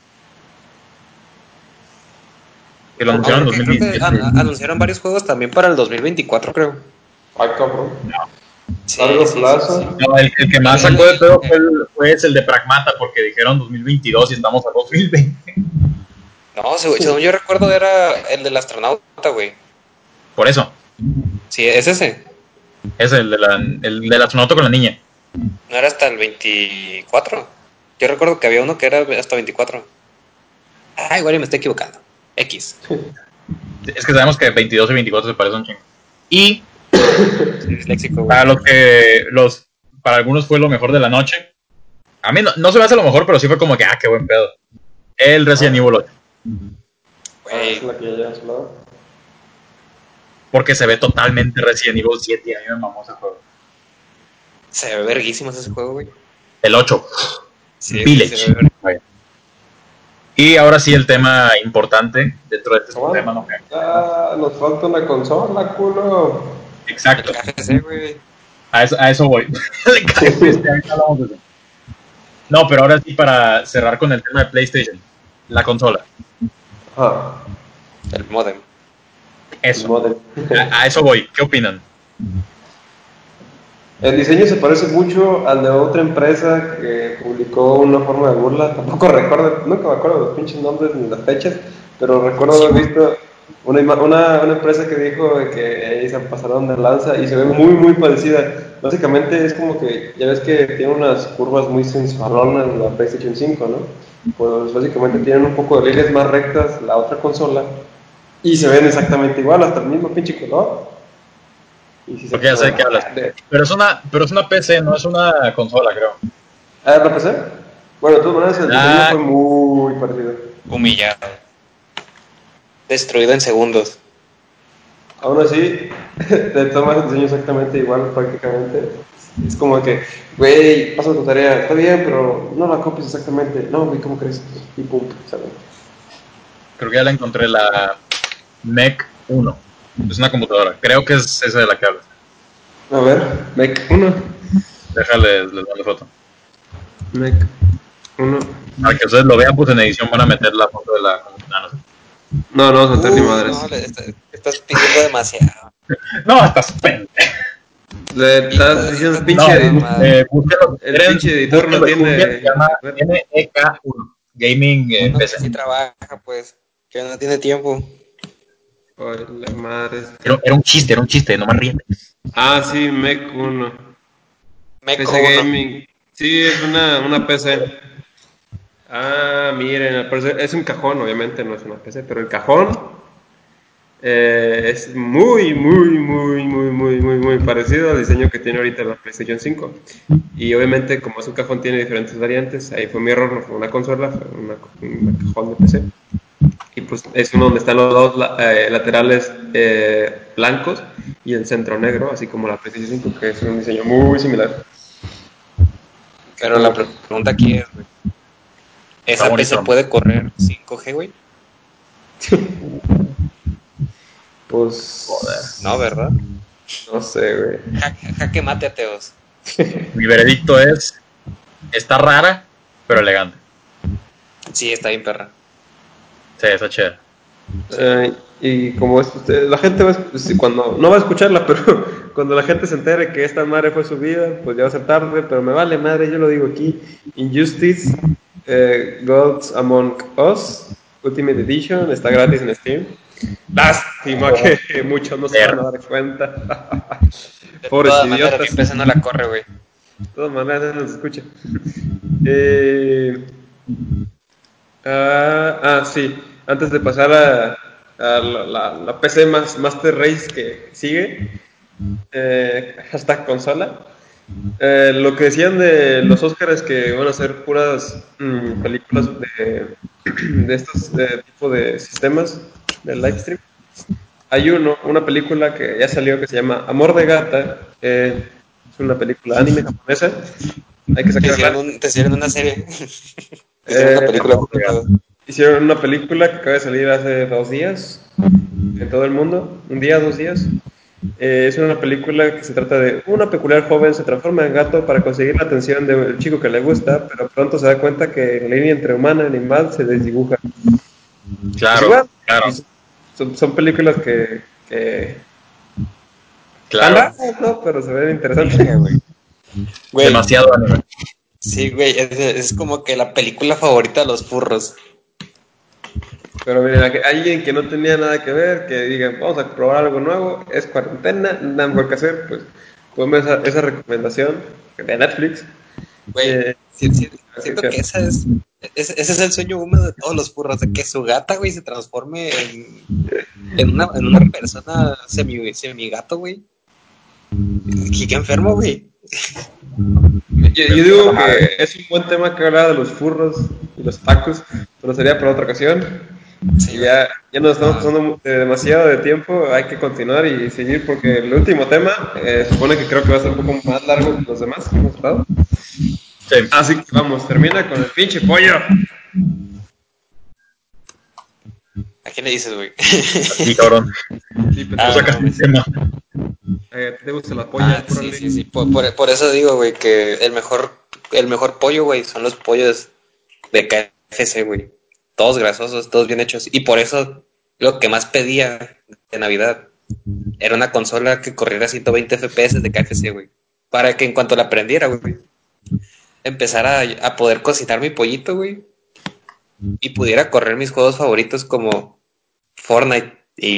Que lo anunciaron en 2017. Creo que anunciaron varios juegos también para el 2024, creo. Ay, cabrón. Sí, Largo plazo. No, el que más sacó de pedo fue el de Pragmata, porque dijeron 2022 y estamos a 2020. No, según yo recuerdo era el del astronauta, güey. Por eso. Sí, es ese. Es el del astronauta con la niña. ¿No era hasta el 24? Yo recuerdo que había uno que era hasta 24. Ah, igual me estoy equivocando. X. Es que sabemos que 22 y 24 se parecen un chingo. Y Disléxico, güey. para algunos fue lo mejor de la noche. A mí no se me hace lo mejor, pero sí fue como que, qué buen pedo. El Resident Evil 8. Güey, Es la que ya lleva a su lado. Porque se ve totalmente Resident Evil 7 y a mí me mamó ese juego. se ve verguísimo ese juego, güey. El 8. Sí, Village. se ve verguísimo. Y ahora sí el tema importante dentro de este tema. ¿No? Nos falta una consola, culo. Exacto. El KFC, güey. A eso voy. El KFC, ahorita hablamos de eso. No, pero ahora sí para cerrar con el tema de PlayStation. La consola. Ajá. El modem. Eso. Modem. A eso voy. ¿Qué opinan? El diseño se parece mucho al de otra empresa que publicó una forma de burla. Tampoco recuerdo, nunca me acuerdo de los pinches nombres ni las fechas, pero recuerdo haber visto una empresa que dijo de que se pasaron de lanza y se ve muy, muy parecida. Básicamente es como que, ya ves que tiene unas curvas muy sensualonas la PlayStation 5, ¿no? Pues básicamente tienen un poco de líneas más rectas la otra consola y se ven exactamente igual, hasta el mismo pinche color. Y si se Porque ya sé de qué hablas. Pero es una PC, no es una consola, creo. ¿Ah, la PC? Bueno, de todas maneras el diseño fue muy parecido. Humillado. Destruido en segundos. Aún así, te tomas el diseño exactamente igual prácticamente. Es como que, güey, pasa tu tarea, está bien, pero no la copies exactamente. No, güey, ¿cómo crees? Y pum, ¿sabes? Creo que ya la encontré, la MEC 1. Es una computadora. Creo que es esa de la que hablas. A ver, Mech 1. Déjale, les mando foto. Mech 1. Para que ustedes lo vean, pues en edición van a meter la foto de la computadora. No, no vamos a meter ni madres. No, estás pidiendo demasiado. No, estás pendejo. Le estás diciendo el pinche, Búsquenlo. el pinche editor no tiene Se llama internet. NEK1 Gaming Uno que PC. sí trabaja, pues, que no tiene tiempo. Ay, la madre. Era un chiste, no me ríete. Ah, sí, Mech 1. Meco PC 1. Gaming. Sí, es una PC. Ah, miren, al parecer es un cajón, obviamente no es una PC, pero el cajón es muy parecido al diseño que tiene ahorita la PlayStation 5. Y obviamente, como es un cajón, tiene diferentes variantes. Ahí fue mi error, no fue una consola, fue un cajón de PC. Y pues es uno donde están los dos laterales blancos y el centro negro, así como la PlayStation 5, que es un diseño muy similar. Pero la pregunta aquí es, güey, Está ¿esa PC bonito. puede correr 5G, güey? Pues, Joder. No, ¿verdad? no sé, güey. Jaque mate, ateos. Mi veredicto es: está rara, pero elegante. Sí, está bien, perra. Sí, está chévere. Y como es, la gente va cuando no va a escucharla, pero cuando la gente se entere que esta madre fue subida, pues ya va a ser tarde, pero me vale madre, yo lo digo aquí. Injustice, Gods Among Us, Ultimate Edition, está gratis en Steam. Lástima que muchos no se van a dar cuenta. De Pobres todas maneras, mi idiotas. PC no la corre, güey. De todas maneras, no se escucha. Eh, sí. Antes de pasar a la PC más Master Race que sigue, hashtag consola. Lo que decían de los Oscars que van a ser puras películas de estos tipo de sistemas de live stream. Hay una película que ya salió que se llama Amor de Gata. Es una película anime japonesa. Hay que sacarla. Te hicieron una serie. Te hicieron una Eh, película. Puto. Hicieron una película que acaba de salir hace 2 días en todo el mundo, un día, 2 días. Es una película que se trata de una peculiar joven se transforma en gato para conseguir la atención del chico que le gusta, pero pronto se da cuenta que la línea entre humana y animal se desdibuja. Pues Claro, igual, claro, pues, son películas que están claro. raras, ¿no? Pero se ven interesantes. Verga, güey. Güey, Demasiado anime. sí, güey, es como que la película favorita de los furros. Pero miren, alguien que no tenía nada que ver, que digan, vamos a probar algo nuevo, es cuarentena, nada mejor que hacer, pues ponme esa recomendación de Netflix. Güey, Eh, siento que ese es el sueño húmedo de todos los furros, de que su gata, güey, se transforme en una persona semi gato, güey. Qué enfermo, güey. yo digo que es un buen tema que hablar de los furros y los tacos, pero sería para otra ocasión. Sí, Y güey. ya nos estamos No, pasando demasiado de tiempo, hay que continuar y seguir porque el último tema supone que creo que va a ser un poco más largo que los demás que hemos estado. Sí, Así que vamos, termina con el pinche pollo. ¿a quién le dices, güey? y cabrón. Sí, Tú Ah, pendejo. no, sacaste un mames. tema. ¿Te gusta la polla? Sí, Órale. sí, sí. Por eso digo, güey, que el mejor pollo, güey, son los pollos de KFC, güey. Todos grasosos, todos bien hechos. Y por eso lo que más pedía de Navidad era una consola que corriera 120 FPS de KFC, güey. Para que en cuanto la prendiera, güey, empezara a poder cocinar mi pollito, güey. Y pudiera correr mis juegos favoritos como Fortnite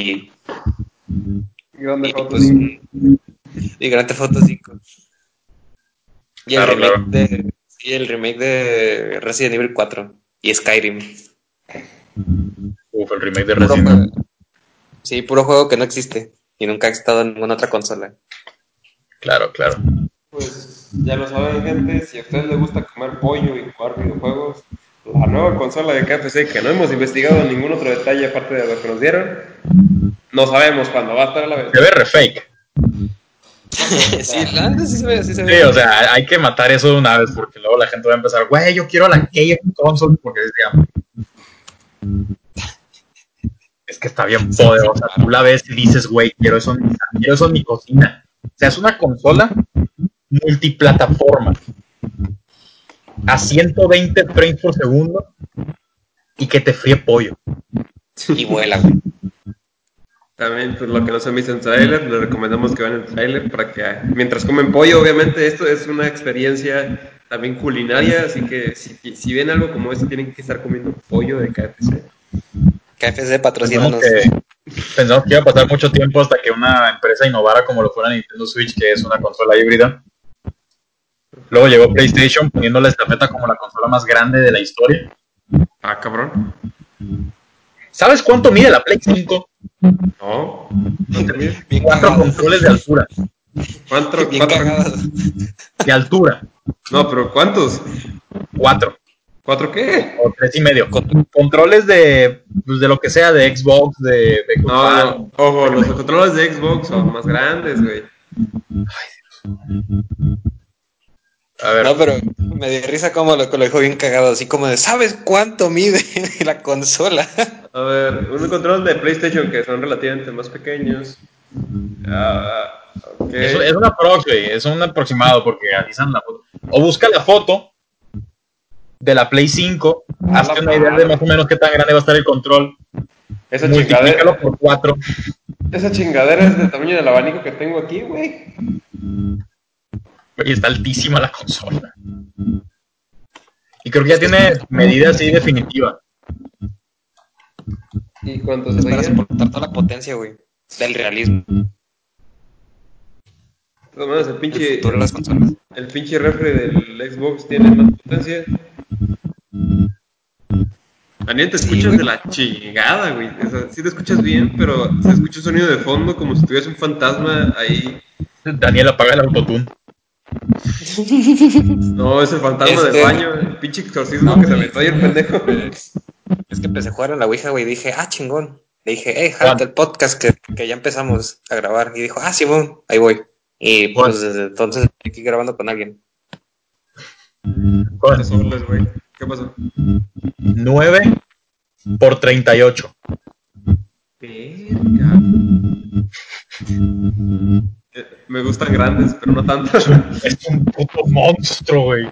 Grande y foto pues 5. y Grand Theft Auto 5. Claro, claro. Y el remake de Resident Evil 4 y Skyrim. Uf, el remake de Puro Resident juego. Evil. Sí, puro juego que no existe y nunca ha estado en ninguna otra consola. Claro, claro. Pues ya lo saben, gente. Si a ustedes les gusta comer pollo y jugar videojuegos, la nueva consola de KFC, que no hemos investigado ningún otro detalle aparte de lo que nos dieron, no sabemos cuándo va a estar a la Se ve venta. re fake. Sí, la neta sí se ve Sí, o fake. sea, hay que matar eso de una vez porque luego la gente va a empezar, güey, yo quiero la KF console porque es, digamos, Es que está bien poderosa. Tú la ves y dices, güey, quiero eso en mi cocina. O sea, es una consola multiplataforma a 120 frames por segundo y que te fríe pollo. Y vuela, güey. También, pues lo que no se han visto en trailer, les recomendamos que vean el trailer para que mientras comen pollo, obviamente esto es una experiencia también culinaria, así que si ven algo como esto tienen que estar comiendo pollo de KFC. KFC patrocínanos. Pensamos que iba a pasar mucho tiempo hasta que una empresa innovara como lo fuera Nintendo Switch, que es una consola híbrida. Luego llegó PlayStation poniendo la estafeta como la consola más grande de la historia. Ah, cabrón. ¿Sabes cuánto mide la Play 5? No, no te mides. 4 controles de altura. ¿Cuánto? Bien cagado. De altura. No, pero ¿cuántos? 4 ¿Cuatro qué? o 3.5. Controles de, pues, de lo que sea, de Xbox, de No, ojo, los controles de Xbox son más grandes, güey. A ver. No, pero me dio risa como lo dejó bien cagado, así como de, ¿sabes cuánto mide la consola? A ver, un control de PlayStation que son relativamente más pequeños. Ok. Es una prox, güey. Es un aproximado porque avisan la foto. O busca la foto de la Play 5. Hazte una idea de más o menos qué tan grande va a estar el control. Esa Multiplícalo chingadera, por 4. esa chingadera es del tamaño del abanico que tengo aquí, güey. Y está altísima la consola. Y creo que ya tiene medida así definitiva. ¿Y cuánto Es se para veía? soportar toda la potencia, güey, del realismo. De todas maneras, El futuro de las consolas. el pinche refri del Xbox tiene más potencia. Daniel, te Sí, escuchas güey. de la chingada, güey. O sea, sí te escuchas bien, pero se escucha un sonido de fondo como si tuvieras un fantasma ahí. Daniel apaga el autotune. No, es el fantasma del baño, el pinche exorcismo No, que se güey, aventó ahí el pendejo. es que empecé a jugar en la Ouija, güey, y dije, ah, chingón. Le dije, hey, Juan, jálate el podcast que ya empezamos a grabar. Y dijo, ah, Simón, ahí voy. Y Juan, pues desde entonces estoy aquí grabando con alguien. Puta Juan. solas, güey. ¿Qué pasó? 9 por 38. Verga. Me gustan grandes, pero no tanto. Es un puto monstruo, güey.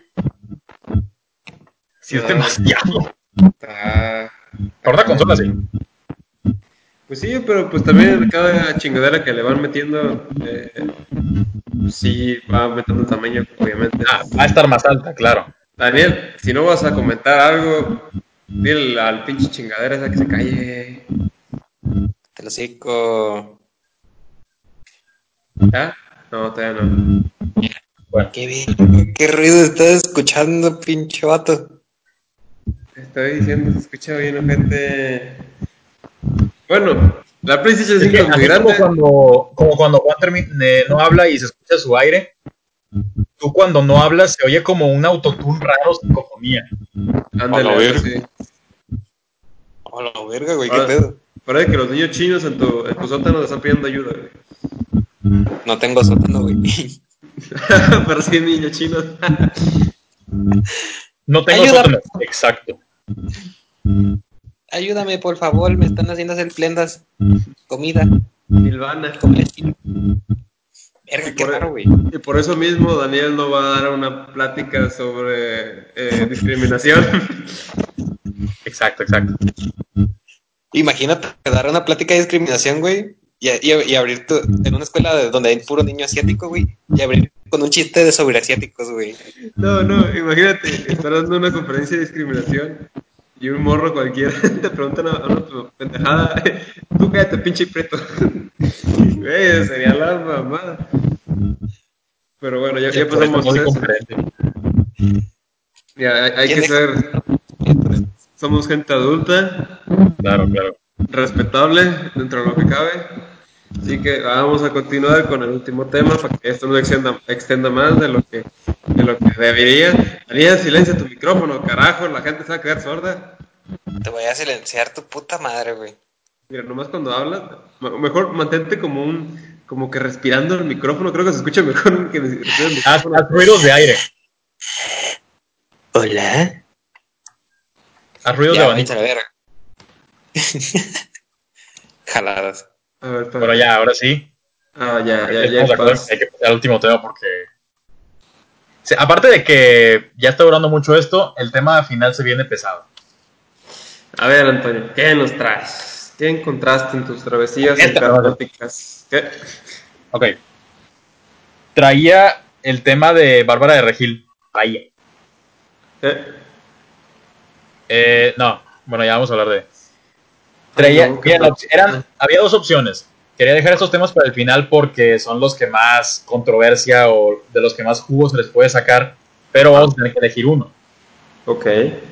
Sí, es No, demasiado. está Para una consola, sí. cabrón. Pues sí, pero pues también cada chingadera que le van metiendo, pues sí, va aumentando el tamaño, obviamente. Va a estar más alta, claro. Daniel, si no vas a comentar algo, dile al pinche chingadera esa que se calle. Te lo sigo. ¿Ya? No, todavía no. Bueno, Qué bien, qué ruido estás escuchando, pinche vato. Te estoy diciendo, se escucha bien, gente. Bueno, la PlayStation es 5 que es muy así grande. como cuando Juan no habla y se escucha su aire, tú cuando no hablas se oye como un autotune raro, psicofonía. Ándale, A la algo verga. así. A la verga, güey, qué Ahora, pedo. parece que los niños chinos en tu sótano te están pidiendo ayuda, güey. No tengo sótano, güey. Pero sí, niños chinos. No tengo Ayuda, sótano. Exacto. ayúdame, por favor, me están haciendo hacer prendas. Comida, Silvana. comida china. Y Verga, qué raro, güey. y por eso mismo Daniel no va a dar una plática sobre discriminación. Exacto. Imagínate dar una plática de discriminación, güey, y abrir en una escuela donde hay puro niño asiático, güey, y abrir con un chiste de sobre asiáticos, güey. No, imagínate, estar dando una conferencia de discriminación y un morro cualquiera te pregunta una pendejada. Tú cállate, pinche preto. Güey, sería la mamada. Pero bueno, ya Por eso pasamos no soy eso. conferente. Ya, hay ¿Quién que deja? ser, somos gente adulta, Claro. respetable dentro de lo que cabe. Así que vamos a continuar con el último tema para que esto no extienda más de lo que debería. Haría silencio tu micrófono, carajo, la gente se va a quedar sorda. Te voy a silenciar tu puta madre, güey. Mira, nomás cuando hablas, mejor mantente como que respirando el micrófono, creo que se escucha mejor que respirando el micrófono. Haz ruidos de aire. Hola. Haz ruidos de Ya, váyanse abanico. a la verga. Jaladas. A ver, Pero ya, ahora sí. Ah, ya Estamos de hay acuerdo en paz. que hay que pasar al último tema porque... Sí, aparte de que ya está durando mucho esto, el tema final se viene pesado. A ver, Antonio, ¿qué nos traes? ¿Qué encontraste en tus travesías No. internauticas? ¿Qué? Ok. Traía el tema de Bárbara de Regil. Traía. ¿Qué? No, bueno, ya vamos a hablar de... Ay, Traía, no, qué mira, mal. había dos opciones. Quería dejar estos temas para el final porque son los que más controversia o de los que más jugo se les puede sacar, pero vamos a tener que elegir uno. Ok.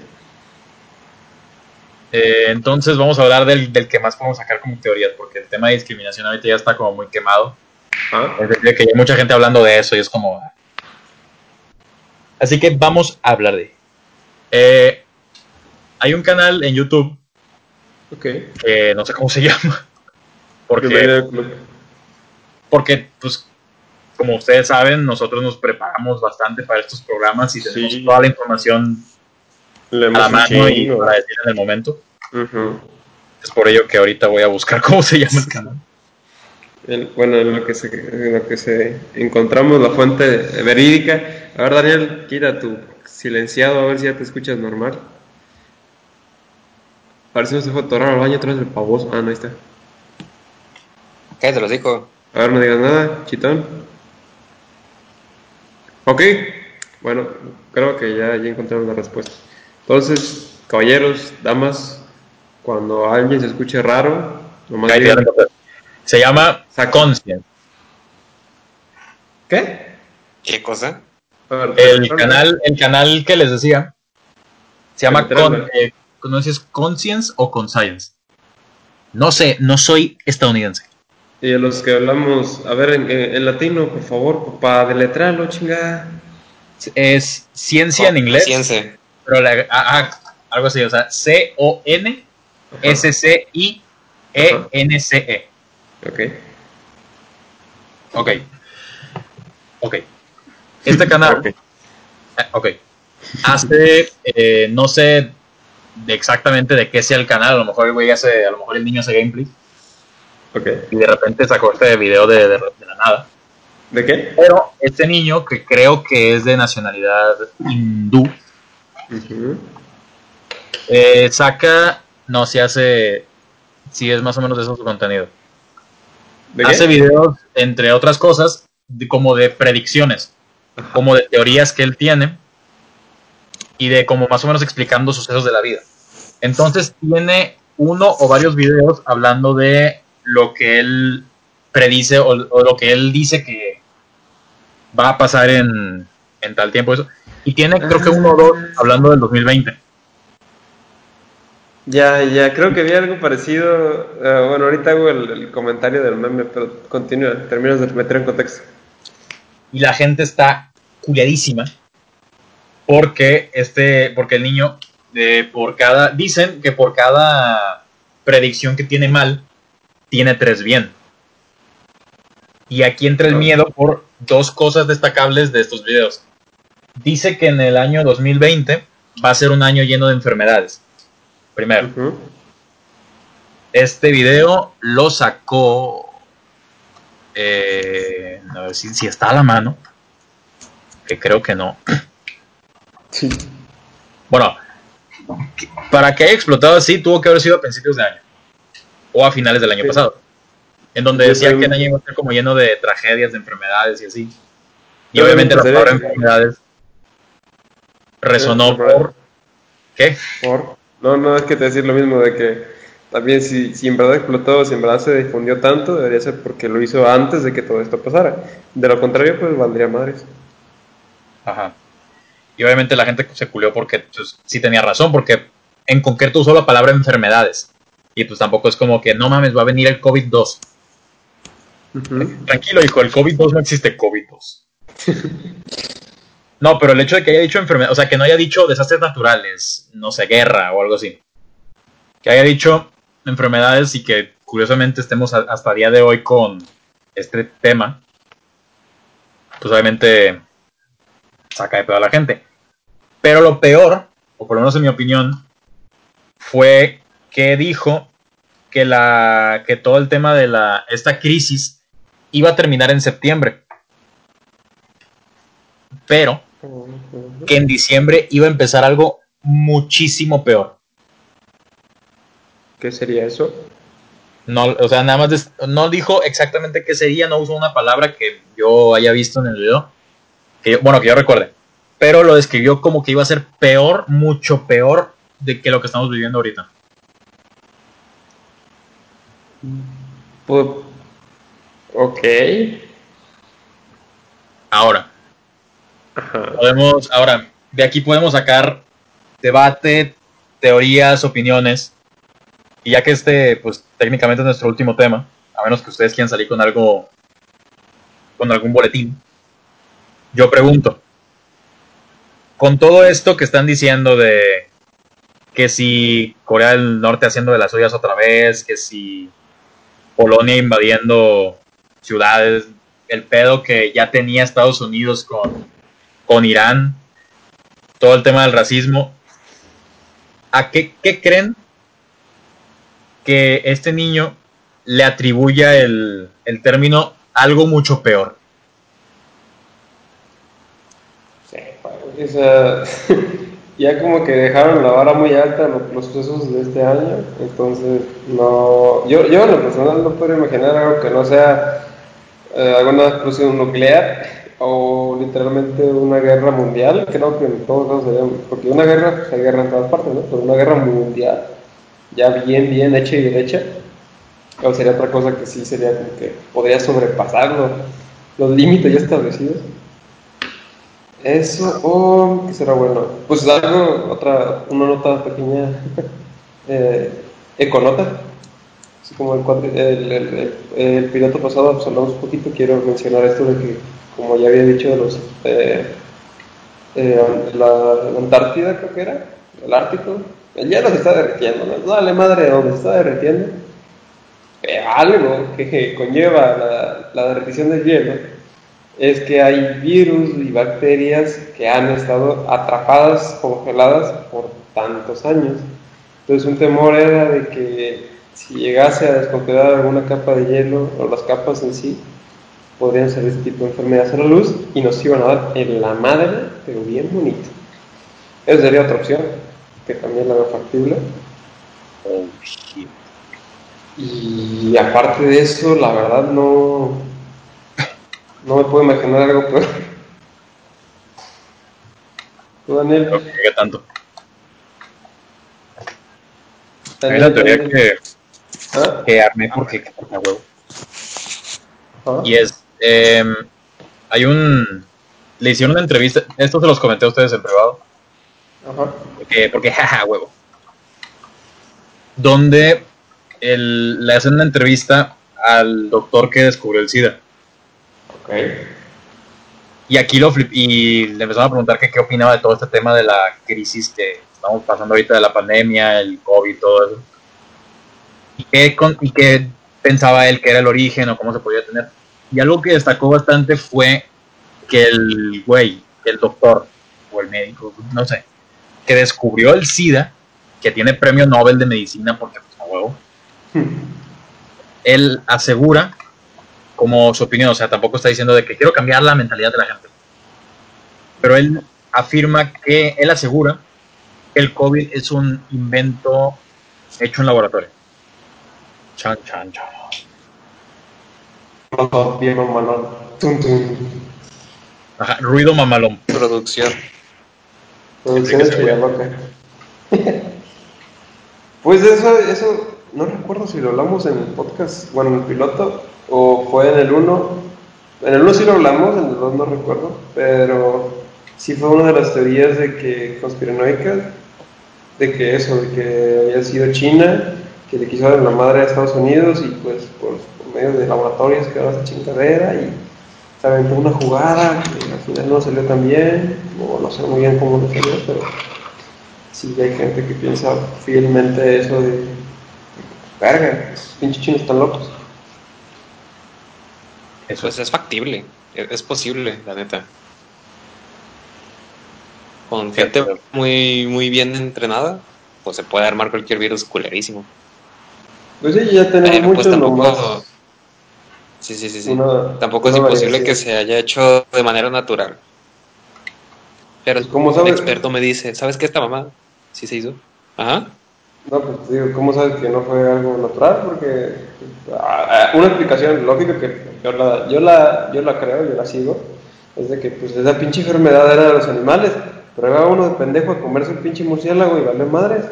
Entonces vamos a hablar del que más podemos sacar como teorías, porque el tema de discriminación ahorita ya está como muy quemado. Ah, Es decir, que hay mucha gente hablando de eso y es como... Así que vamos a hablar de... hay un canal en YouTube ok. que no sé cómo se llama, porque, Bienvenido al club. porque pues como ustedes saben, nosotros nos preparamos bastante para estos programas y tenemos Sí, toda la información a la leemos un mano y para chingo. decir en el momento. Ujú. Es por ello que ahorita voy a buscar cómo se llama el canal. Bueno, en lo que se encontramos la fuente verídica. A ver, Daniel, quita tu silenciado, a ver si ya te escuchas normal. A ver si no se fue a atorar al baño atrás del pavoso. Ah, no, ahí está. ¿Qué te lo digo? A ver, no digas nada, chitón. Ok, bueno, creo que ya encontramos la respuesta. Entonces, caballeros, damas, cuando alguien se escuche raro, nomás Ahí te digan, Se llama saca. Conscience. ¿Qué? ¿Qué cosa? A ver, deletralo, El canal que les decía se llama deletralo. no sé si es Conscience o Conscience. No sé, no soy estadounidense. Y a los que hablamos, a ver, en latino, por favor, papá, deletralo, chingada. Es ciencia en inglés, Conciencia. pero algo así, o sea, Ajá, ajá, CONSCIENCE. ok. Ok, ok. Este canal, Ok. ok, hace, no sé exactamente de qué sea el canal, a lo mejor el güey hace, a lo mejor el niño hace gameplay Ok. y de repente sacó este video de la nada. ¿De qué? Pero este niño, que creo que es de nacionalidad hindú, Ujú. saca, no, si hace, si es más o menos de eso su contenido. ¿De Hace qué? videos, entre otras cosas, como de predicciones, Ajá. como de teorías que él tiene y de como más o menos explicando sucesos de la vida. Entonces tiene uno o varios videos hablando de lo que él predice o lo que él dice que va a pasar en tal tiempo. Eso. Y tiene creo que uno o dos Ah, hablando del 2020. ya, creo que vi algo parecido. Bueno, ahorita hago el comentario del meme, pero continúa, terminas de meter en contexto. Y la gente está culiadísima porque el niño, dicen que por cada predicción que tiene mal, tiene tres bien. Y aquí entra el No. miedo por dos cosas destacables de estos videos. Dice que en el año 2020 va a ser un año lleno de enfermedades. Primero, Ujú. este video lo sacó, a ver si está a la mano, que creo que no. Sí. Bueno, para que haya explotado así, tuvo que haber sido a principios de año o a finales del año Sí. pasado, en donde Yo decía que el año también, iba a ser como lleno de tragedias, de enfermedades y así. Y yo también obviamente la pensaría palabra que. enfermedades resonó por ¿qué? No, no, es que te decir lo mismo de que también si en verdad explotó, si en verdad se difundió tanto, debería ser porque lo hizo antes de que todo esto pasara. De lo contrario, pues valdría madres. Ajá. Y obviamente la gente se culió porque pues, sí tenía razón, porque en concreto usó la palabra enfermedades. Y pues tampoco es como que no mames, va a venir el COVID-2. Ujú. Tranquilo, hijo, el COVID-2 no existe COVID-2. No, pero el hecho de que haya dicho enfermedad, o sea, que no haya dicho desastres naturales, no sé, guerra o algo así. Que haya dicho enfermedades y que curiosamente estemos hasta el día de hoy con este tema, pues obviamente saca de pedo a la gente. Pero lo peor, o por lo menos en mi opinión, fue que dijo que todo el tema de esta crisis iba a terminar en septiembre, pero que en diciembre iba a empezar algo muchísimo peor. ¿Qué sería eso? No, o sea, nada más no dijo exactamente qué sería, no usó una palabra que yo haya visto en el video, que yo recuerde, pero lo describió como que iba a ser peor, mucho peor de que lo que estamos viviendo ahorita. Pues, ok. Ahora, Ajá. de aquí podemos sacar debate, teorías, opiniones, y ya que pues técnicamente es nuestro último tema, a menos que ustedes quieran salir con algún boletín, yo pregunto, con todo esto que están diciendo de que si Corea del Norte haciendo de las suyas otra vez, que si Polonia invadiendo ciudades, el pedo que ya tenía Estados Unidos con Irán, todo el tema del racismo, ¿a qué creen que este niño le atribuya el término algo mucho peor? Sí, o sea, ya como que dejaron la vara muy alta los sucesos de este año, entonces no, yo en lo personal no puedo imaginar algo que no sea alguna explosión nuclear o literalmente una guerra mundial. Creo que en todos casos sería, porque una guerra, pues hay guerra en todas partes, ¿no? Pero una guerra mundial, ya bien hecha y derecha, o sería otra cosa que sí sería como que podría sobrepasar los límites ya establecidos. Eso, o ¿qué será bueno? Pues algo, una nota pequeña, eh, econota, así como el piloto pasado, pues hablamos un poquito, quiero mencionar esto de que, como ya había dicho, de la Antártida, creo que era, el Ártico, el hielo se está derritiendo, ¿no? Dale madre de donde se está derritiendo, algo que conlleva la derretición del hielo es que hay virus y bacterias que han estado atrapadas, congeladas por tantos años. Entonces un temor era de que si llegase a descongelar alguna capa de hielo o las capas en sí, podrían ser este tipo de enfermedades a la luz y nos iban a dar en la madre, pero bien bonito. Esa sería otra opción, que también la veo factible. Oh, shit. Y aparte de eso, la verdad no me puedo imaginar algo peor. ¿Tú, Creo Daniel? que llegue tanto. Hay una Daniel, teoría Daniel. ¿Ah? que armé porque a huevo. ¿Ah? Y hay le hicieron una entrevista, esto se los comenté a ustedes en privado, Ajá. porque jaja, huevo, donde le hacen una entrevista al doctor que descubrió el SIDA. Ok. Y aquí y le empezaron a preguntar que qué opinaba de todo este tema de la crisis que estamos pasando ahorita de la pandemia, el COVID, todo eso. Y qué pensaba él que era el origen o cómo se podía tener. Y algo que destacó bastante fue que el doctor o el médico, no sé, que descubrió el SIDA, que tiene premio Nobel de medicina porque pues a huevo, él asegura como su opinión, o sea, tampoco está diciendo de que quiero cambiar la mentalidad de la gente, pero él afirma que él asegura que el COVID es un invento hecho en laboratorio. Chan, chan, chan. Bien mamalón. Tum, tum. Ajá, ruido mamalón. Producción. Producción Enrique de Chilla Segovia. Loca. Pues eso, no recuerdo si lo hablamos en el podcast, bueno, en el piloto, o fue en el uno. En el uno sí lo hablamos, en el 2 no recuerdo, pero sí fue una de las teorías de que conspiranoicas, de que eso, de que había sido China, que le quiso dar la madre a Estados Unidos y pues por medio de laboratorios quedó esa chingadera y se aventó una jugada que al final no salió tan bien, o no sé muy bien cómo le salió, pero sí hay gente que piensa fielmente eso de, verga, esos pinches chinos están locos. Eso Pues es. es factible, es posible, la neta. Con Fíjate, gente muy bien entrenada, pues se puede armar cualquier virus culerísimo. Pues sí, ya tenemos Pero pues muchos tampoco, nomás. sí. Una, Tampoco es una imposible que variación. se haya hecho de manera natural. Pero Pues, ¿cómo un sabes? experto me dice, ¿sabes qué esta mamá? Sí se hizo. Ajá. No, pues digo, ¿cómo sabes que no fue algo natural? Porque una explicación lógica que yo la creo, yo la sigo, es de que pues esa pinche enfermedad era de los animales, pero iba uno de pendejo a comerse un pinche murciélago y vale madres.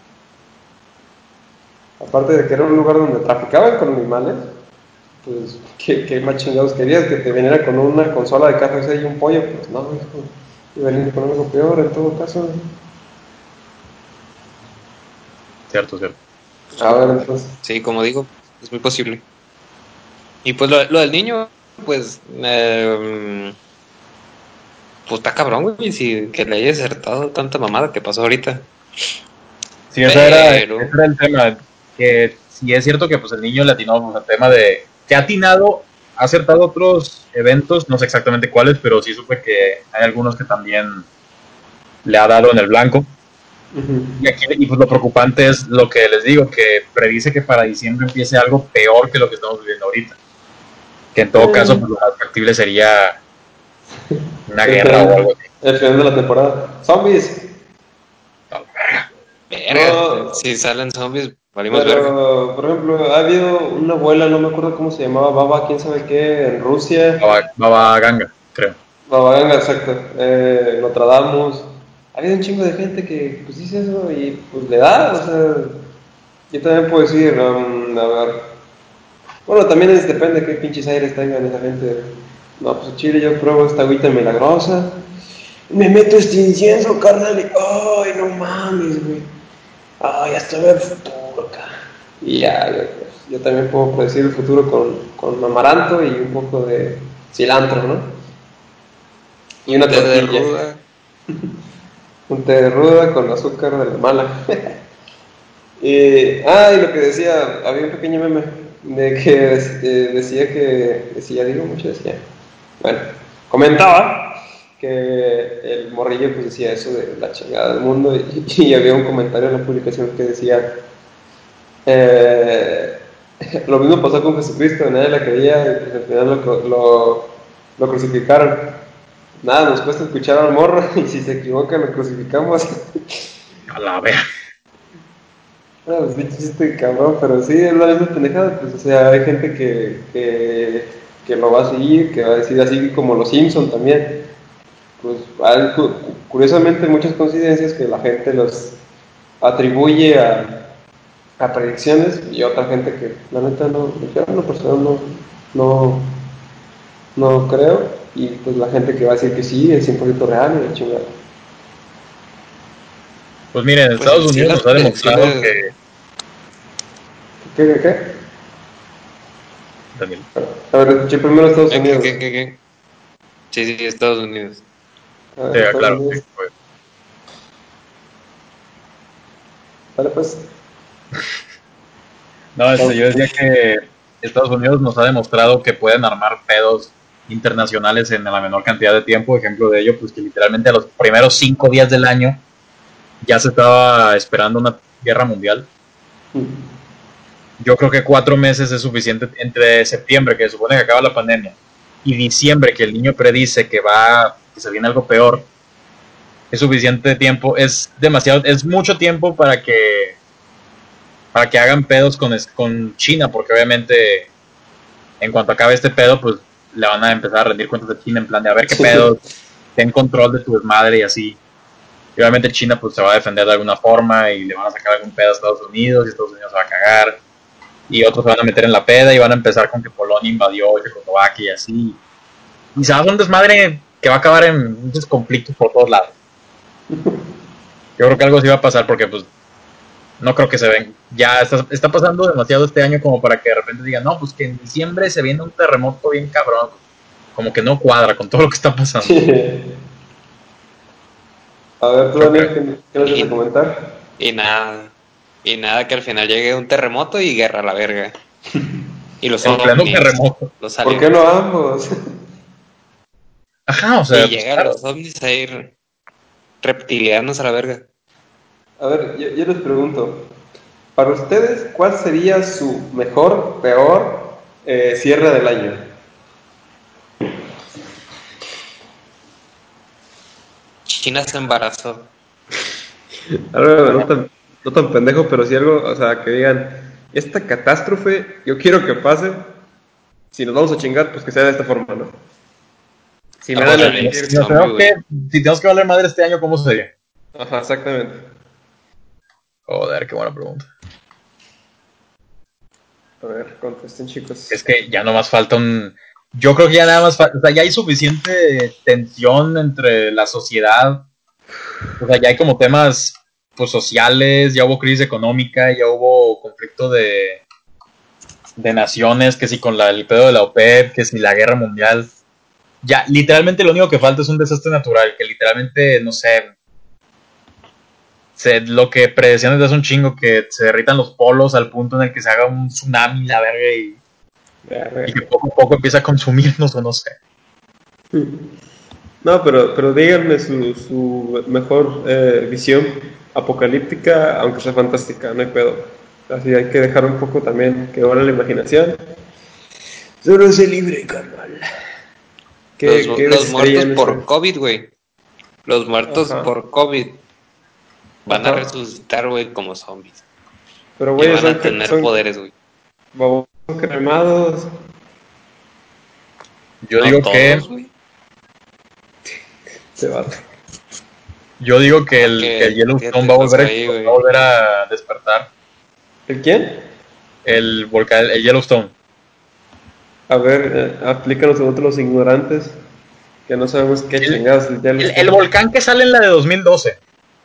Aparte de que era un lugar donde traficaban con animales, pues ¿qué más chingados querías? Que te viniera con una consola de KFC y un pollo, pues no, hijo, y venir con algo peor en todo caso. Cierto, cierto. A ver, entonces, Sí, como digo, es muy posible. Y pues lo del niño, pues, pues está cabrón, güey, si que le haya acertado tanta mamada que pasó ahorita. Sí, ese Pero, era el tema, que sí es cierto que pues el niño le atinó pues, al tema de que ha atinado, ha acertado otros eventos, no sé exactamente cuáles, pero sí supe que hay algunos que también le ha dado en el blanco. Y aquí, y pues lo preocupante es lo que les digo, que predice que para diciembre empiece algo peor que lo que estamos viviendo ahorita. Que en todo caso, pues lo más factible sería una el guerra o algo final, así. el final de la temporada. Zombies. verga, No, si salen zombies, valimos verga. pero por ejemplo, ha habido una abuela, no me acuerdo cómo se llamaba, Baba, quién sabe qué, en Rusia. Baba Ganga, creo. Baba Ganga, exacto. Nostradamus. Ha habido un chingo de gente que pues dice eso y pues le da, o sea, yo también puedo decir, a ver, bueno, también depende de qué pinches aires tengan esa gente. No, pues Chile yo pruebo esta agüita milagrosa. Me meto este incienso, carnal, y ay, no mames, güey. Ay, hasta ver el futuro acá. Y ya, pues, yo también puedo predecir el futuro con amaranto y un poco de cilantro, ¿no? Y Un una té de tortilla. ruda. Un té de ruda con azúcar de la mala. Y lo que decía, había un pequeño meme de que digo mucho, bueno, comentaba que el morrillo pues decía eso de la chingada del mundo y había un comentario en la publicación que decía, eh, lo mismo pasó con Jesucristo, nadie la creía y pues al final lo crucificaron. Nada, nos cuesta escuchar al morro y si se equivoca lo crucificamos. A la vez. No, pues sí, chiste cabrón, pero sí, es la misma pendejada, pues, o sea, hay gente que lo va a seguir, que va a decir así como los Simpson también, pues hay curiosamente muchas coincidencias que la gente los atribuye a predicciones y otra gente que la neta no, yo en lo personal no, no creo, y pues la gente que va a decir que sí, es 100% real y la chingada. Pues miren, Pues Estados en sí Unidos las nos ha demostrado que... predicciones. ¿Qué? Daniel. A ver, escuché primero Estados Unidos. ¿Qué? Sí, Estados Unidos. A Sí, ver, Estados claro, sí, Unidos. pues. Vale, pues. No, Estados yo decía Unidos. que Estados Unidos nos ha demostrado que pueden armar pedos internacionales en la menor cantidad de tiempo. Ejemplo de ello, pues que literalmente a los primeros 5 días del año ya se estaba esperando una guerra mundial. Yo creo que 4 meses es suficiente entre septiembre, que se supone que acaba la pandemia, y diciembre, que el niño predice que se viene algo peor. Es suficiente tiempo, es demasiado, es mucho tiempo para que hagan pedos con China, porque obviamente en cuanto acabe este pedo, pues le van a empezar a rendir cuentas de China en plan de a ver qué pedo, ten control de tu desmadre y así. Y obviamente China pues se va a defender de alguna forma y le van a sacar algún pedo a Estados Unidos y Estados Unidos se va a cagar. Y otros se van a meter en la peda y van a empezar con que Polonia invadió Checoslovaquia y así. Y se va a hacer un desmadre que va a acabar en muchos conflictos por todos lados. Yo creo que algo sí va a pasar porque pues no creo que se ven. Ya está pasando demasiado este año como para que de repente digan, no, pues que en diciembre se viene un terremoto bien cabrón. Como que no cuadra con todo lo que está pasando. A ver, tú, Yo Daniel, creo. ¿qué nos ibas a Y, comentar? y nada. Y nada, que al final llegue un terremoto y guerra a la verga. Y los En pleno ovnis, terremoto. los ¿Por qué no aliens. ambos? Ajá, o Y sea, pues llegan claro. los ovnis a reptilianos a la verga. A ver, yo les pregunto, Para ustedes, ¿cuál sería su mejor, peor cierre del año? China se embarazó. Algo no tan pendejo, pero sí algo, o sea, que digan, esta catástrofe, yo quiero que pase, si nos vamos a chingar, pues que sea de esta forma, ¿no? Si me dan a elegir. Si tenemos que valer madre este año, ¿cómo sería? Ajá, exactamente. Joder, qué buena pregunta. A ver, contesten, chicos. Es que ya nomás falta un... Yo creo que ya nada más falta... O sea, ya hay suficiente tensión entre la sociedad. O sea, ya hay como temas pues sociales, ya hubo crisis económica, ya hubo conflicto de naciones, que si con el pedo de la OPEP, que si la guerra mundial. Ya, literalmente lo único que falta es un desastre natural, que literalmente, no sé, lo que predecían desde hace un chingo, que se derritan los polos al punto en el que se haga un tsunami, la verga, y que poco a poco empieza a consumirnos, o no sé. No, pero díganme su mejor visión apocalíptica, aunque sea fantástica, no hay pedo. Así hay que dejar un poco también que vuela la imaginación. Solo sé libre, carnal. ¿Qué Los muertos desearían ese? por COVID, güey. Los muertos Ajá, por COVID van a ajá. resucitar, güey, como zombies. Pero Y güey, van a tener poderes, güey. babosos cremados. Yo No digo que, todos, güey. Se va. yo digo que que el ¿Qué Yellowstone te pasó ahí, va a güey? volver a despertar. ¿El quién? El volcán, el Yellowstone. A ver, aplícanos a nosotros los ignorantes, que no sabemos qué El, chingados es el Yellowstone. volcán que sale en la de 2012.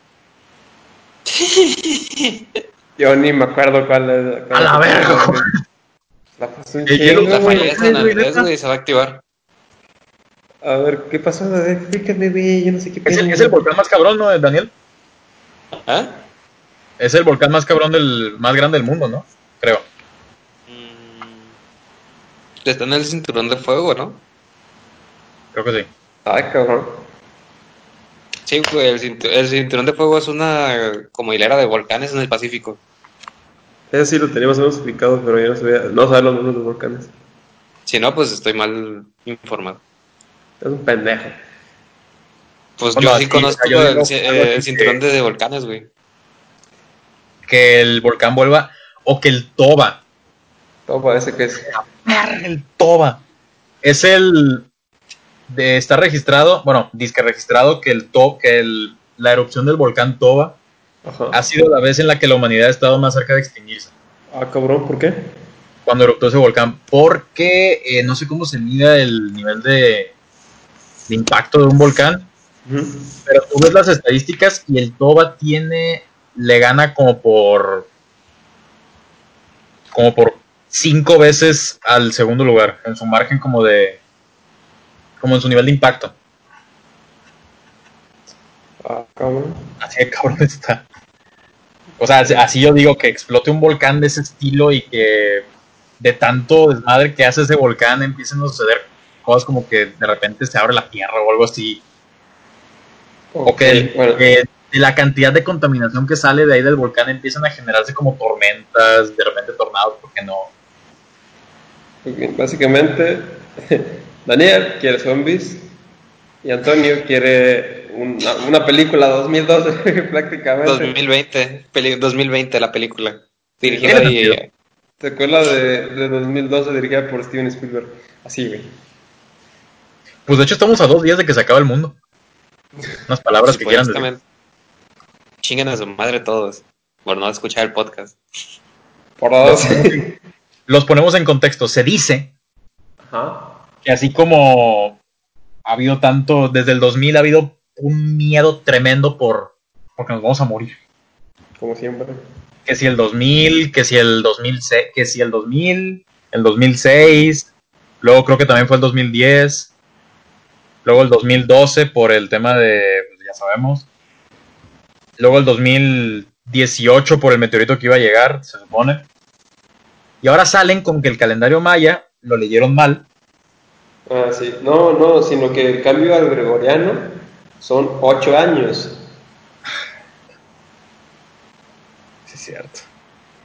Yo ni me acuerdo cuál es. A la verga, güey. La pasó un El chingo, La Yellowstone, güey. falla de San güey, Andrés, neta. güey, se va a activar. A ver, ¿qué pasó? A ver, explícame, güey. Yo no sé qué Es pedo. es el volcán más cabrón, ¿no, Daniel? ¿Ah? Es el volcán más cabrón más grande del mundo, ¿no? Creo. Mm, Está en el cinturón de fuego, ¿no? Creo que sí. Ay, cabrón. Sí, güey, el cinturón de fuego es una como hilera de volcanes en el Pacífico. Ese sí lo teníamos menos explicado, pero yo no sabía. No sabía los nombres de los volcanes. Si no, pues estoy mal informado. Es un pendejo. Pues Bueno, yo sí así, o sea, conozco yo digo algo el así cinturón de volcanes, güey. que el volcán vuelva, o que el Toba, Todo parece que es. el Toba, es está registrado, bueno, disque registrado que la erupción del volcán Toba Ajá. ha sido la vez en la que la humanidad ha estado más cerca de extinguirse. Ah, cabrón, ¿por qué? Cuando eruptó ese volcán, porque no sé cómo se mide el nivel de impacto de un volcán, Ujú. pero tú ves las estadísticas y el Toba le gana como por 5 veces al segundo lugar, en su margen como en su nivel de impacto. Ah, cabrón. Así de cabrón está. O sea, así yo digo que explote un volcán de ese estilo y que de tanto desmadre que hace ese volcán empiecen a suceder cosas como que de repente se abre la tierra o algo así. O Ok, que, bueno. de la cantidad de contaminación que sale de ahí del volcán empiezan a generarse como tormentas, de repente tornados, porque no. Muy bien, básicamente, Daniel quiere zombies y Antonio quiere una película 2012 prácticamente. 2020 la película. Sí, Tiene Dirigida sentido. y... secuela de 2012 dirigida por Steven Spielberg. Así, güey. Pues de hecho estamos a 2 días de que se acabe el mundo. Unas palabras que quieran decir. Supuestamente chinguen a su madre todos por no escuchar el podcast. Por Los dos. ponemos en, los ponemos en contexto. Se dice Ajá. que así como ha habido tanto, desde el 2000 ha habido un miedo tremendo porque nos vamos a morir. Como siempre. Que si el 2000, que si el 2006, que si el 2000, el 2006, luego creo que también fue el 2010, luego el 2012 por el tema pues ya sabemos, luego el 2018 por el meteorito que iba a llegar, se supone, y ahora salen con que el calendario maya lo leyeron mal. Ah, sí. No, no, sino que el cambio al gregoriano son 8 años. Sí, es cierto.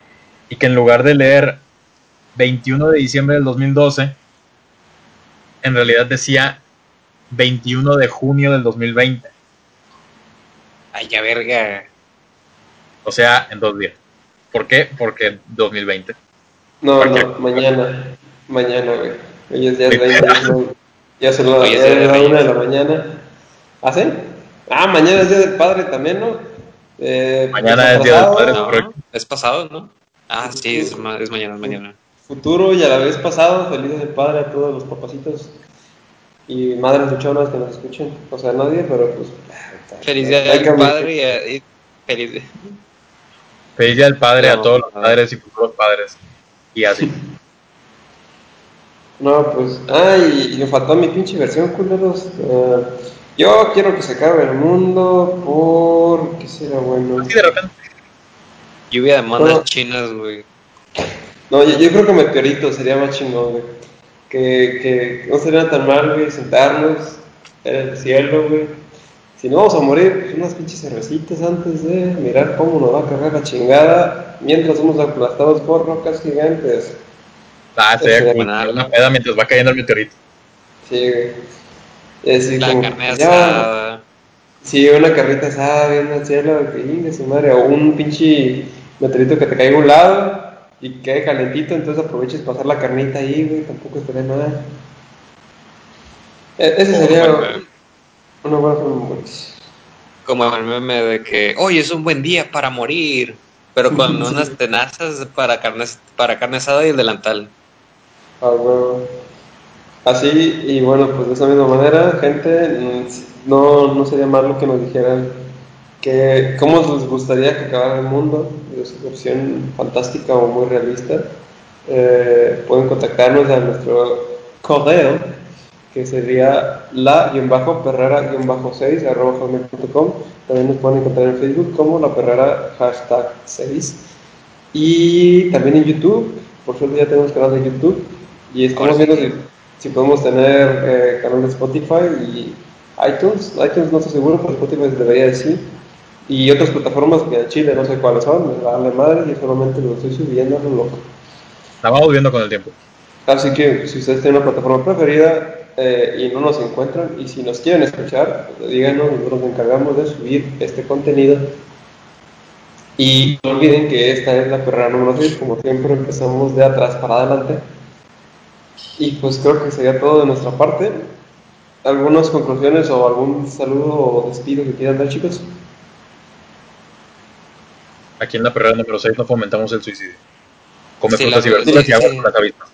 y que en lugar de leer 21 de diciembre del 2012, en realidad decía 21 de junio del 2020. Ay, ya verga. O sea, en 2 días. ¿Por qué? Porque 2020. No, Cualquier no, mañana. Mañana, güey. Hoy es día cosa. 20, ya son Hoy es ya Día es de la 1 de Reyes. la mañana. ¿Ah, sí? Ah, mañana es día del padre también, ¿no? Pues Mañana es Día del Padre, atrasado, No, correcto. es pasado, ¿no? Ah, sí, futuro, es mañana, es mañana. futuro y a la vez pasado. Feliz día del padre a todos los papacitos y madres luchonas que nos escuchen. O sea, nadie, pero pues Feliz no Día hay, no hay que del omitir. Padre y feliz Feliz Día del Padre a la todos los mamada. padres y futuros padres. Y así. No, pues, y me faltó mi pinche versión, culeros. Yo quiero que se acabe el mundo por... ¿Qué será bueno? Así de repente. Lluvia de monas No, chinas, güey. no, yo creo que meteorito sería más chingón, güey. Que no sería tan mal, güey, sentarnos en el cielo, güey. Si no vamos a morir, pues unas pinches cervecitas antes de mirar cómo nos va a cargar la chingada mientras somos aplastados por rocas gigantes. Ah, Eso sería sería, cool. Tener una peda mientras va cayendo el meteorito. sí, güey. Es decir, La como que carne pues ya... asada. Sí, una carrita asada viendo al cielo, que ingue su madre, o un pinche meteorito que te caiga a un lado y quede calentito, entonces aproveches para pasar la carnita ahí, güey, tampoco estaría mal. Ese Como sería el meme, una buena forma de morir. como el meme de que hoy es un buen día para morir. Pero con unas Sí, tenazas para carne asada y el delantal. ah, huevo. Así, y bueno, pues de esa misma manera, gente, no sería malo que nos dijeran que cómo les gustaría que acabara el mundo, de su versión fantástica o muy realista. Pueden contactarnos a nuestro correo, que sería la-perrera-6@hotmail.com. También nos pueden encontrar en Facebook como la perrera #6. Y también en YouTube, por suerte ya tenemos canal de YouTube y Ahora estamos viendo sí. si podemos tener canal de Spotify y iTunes. iTunes no estoy seguro, pero Spotify debería decir. Y otras plataformas que en Chile no sé cuáles son, me vale madre, yo solamente lo estoy subiendo a lo loco. La vamos viendo con el tiempo. Así que si ustedes tienen una plataforma preferida y no nos encuentran, y si nos quieren escuchar, pues díganos, nosotros nos encargamos de subir este contenido. Y no olviden que esta es la perrera número 6, como siempre empezamos de atrás para adelante. Y pues creo que sería todo de nuestra parte. ¿Algunas conclusiones o algún saludo o despido que quieran dar, chicos? Aquí en la perrera número 6 no fomentamos el suicidio. Come Si, frutas y verduras y aguas con las avispas.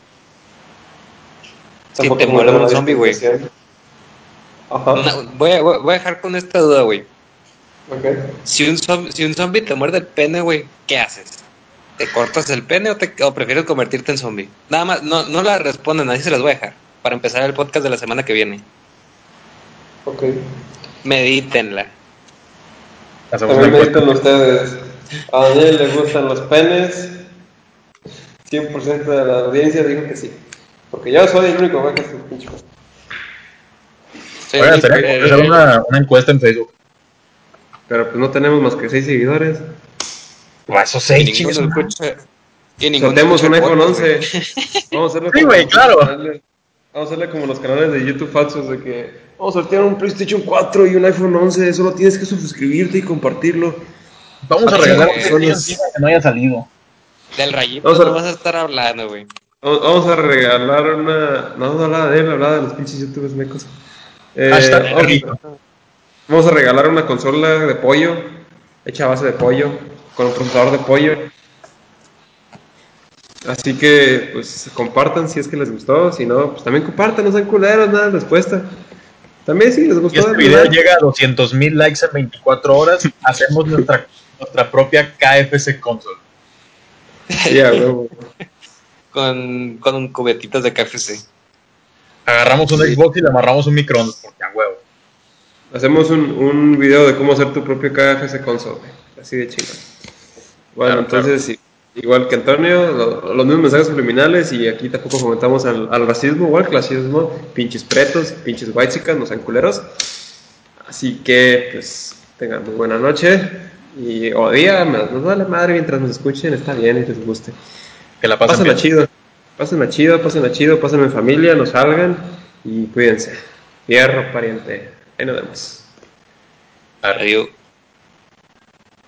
si te Tampoco muerde cometemos un la zombie, güey. discriminación. Ajá, Voy a dejar con esta duda, güey. ok. Si un zombie te muerde el pene, güey, ¿qué haces? ¿Te cortas el pene o prefieres convertirte en zombie? Nada más, no la responden, así se las voy a dejar. Para empezar el podcast de la semana que viene. Ok. Medítenla. Hacemos una También encuesta. mediten ustedes. A Daniel le gustan los penes. 100% de la audiencia dijo que sí. Porque yo soy el único güey que hace pinche cosa. Soy el Oigan, único. estaría cool hacer una encuesta en Facebook. Pero pues no tenemos más que 6 seguidores. Pues esos Y 6 chingues. ninguno escucha. Y ninguno Sorteamos escucha un el iPhone podcast, güey. 11. Vamos a hacerlo Sí, como güey, los pinches claro. canales. Vamos a hacerle como los canales de YouTube falsos de que vamos a sortear un PlayStation 4 y un iPhone 11. Solo tienes que suscribirte y compartirlo Vamos a a tus 5 regalar un Eh, PlayStation 5 personas. que no haya salido. Del Vamos rayito no vas a a, estar hablando, güey. vamos a regalar una. No hablaba de él, hablaba de los pinches YouTubers mecos. Hashtag Del Vamos, perrito. rayito. vamos a regalar una consola de pollo, hecha a base de pollo, con un procesador de pollo. Así que, pues, compartan si es que les gustó. Si no, pues también compartan, no sean culeros, nada, respuesta. También si les Y gustó, este denle video like. llega a 200,000 likes en 24 horas. Hacemos nuestra propia KFC console. Sí, a huevo. Con cubetitos de KFC. Agarramos un Sí. Xbox y le amarramos un microondas, porque a huevo. Hacemos un video de cómo hacer tu propio KFC console, güey. Así de chingón. Bueno, Claro, claro. entonces, igual que Antonio, los mismos mensajes subliminales y aquí tampoco fomentamos al racismo o al clasismo. Pinches pretos, pinches whitexicans, no sean culeros. Así que, pues, tengan muy buena noche o día, nos vale madre mientras nos escuchen, está bien y les guste. Que la pasen Pásenla bien. chido, pásenla en familia, no salgan y cuídense. Fierro, pariente. Ahí nos vemos. Arriba.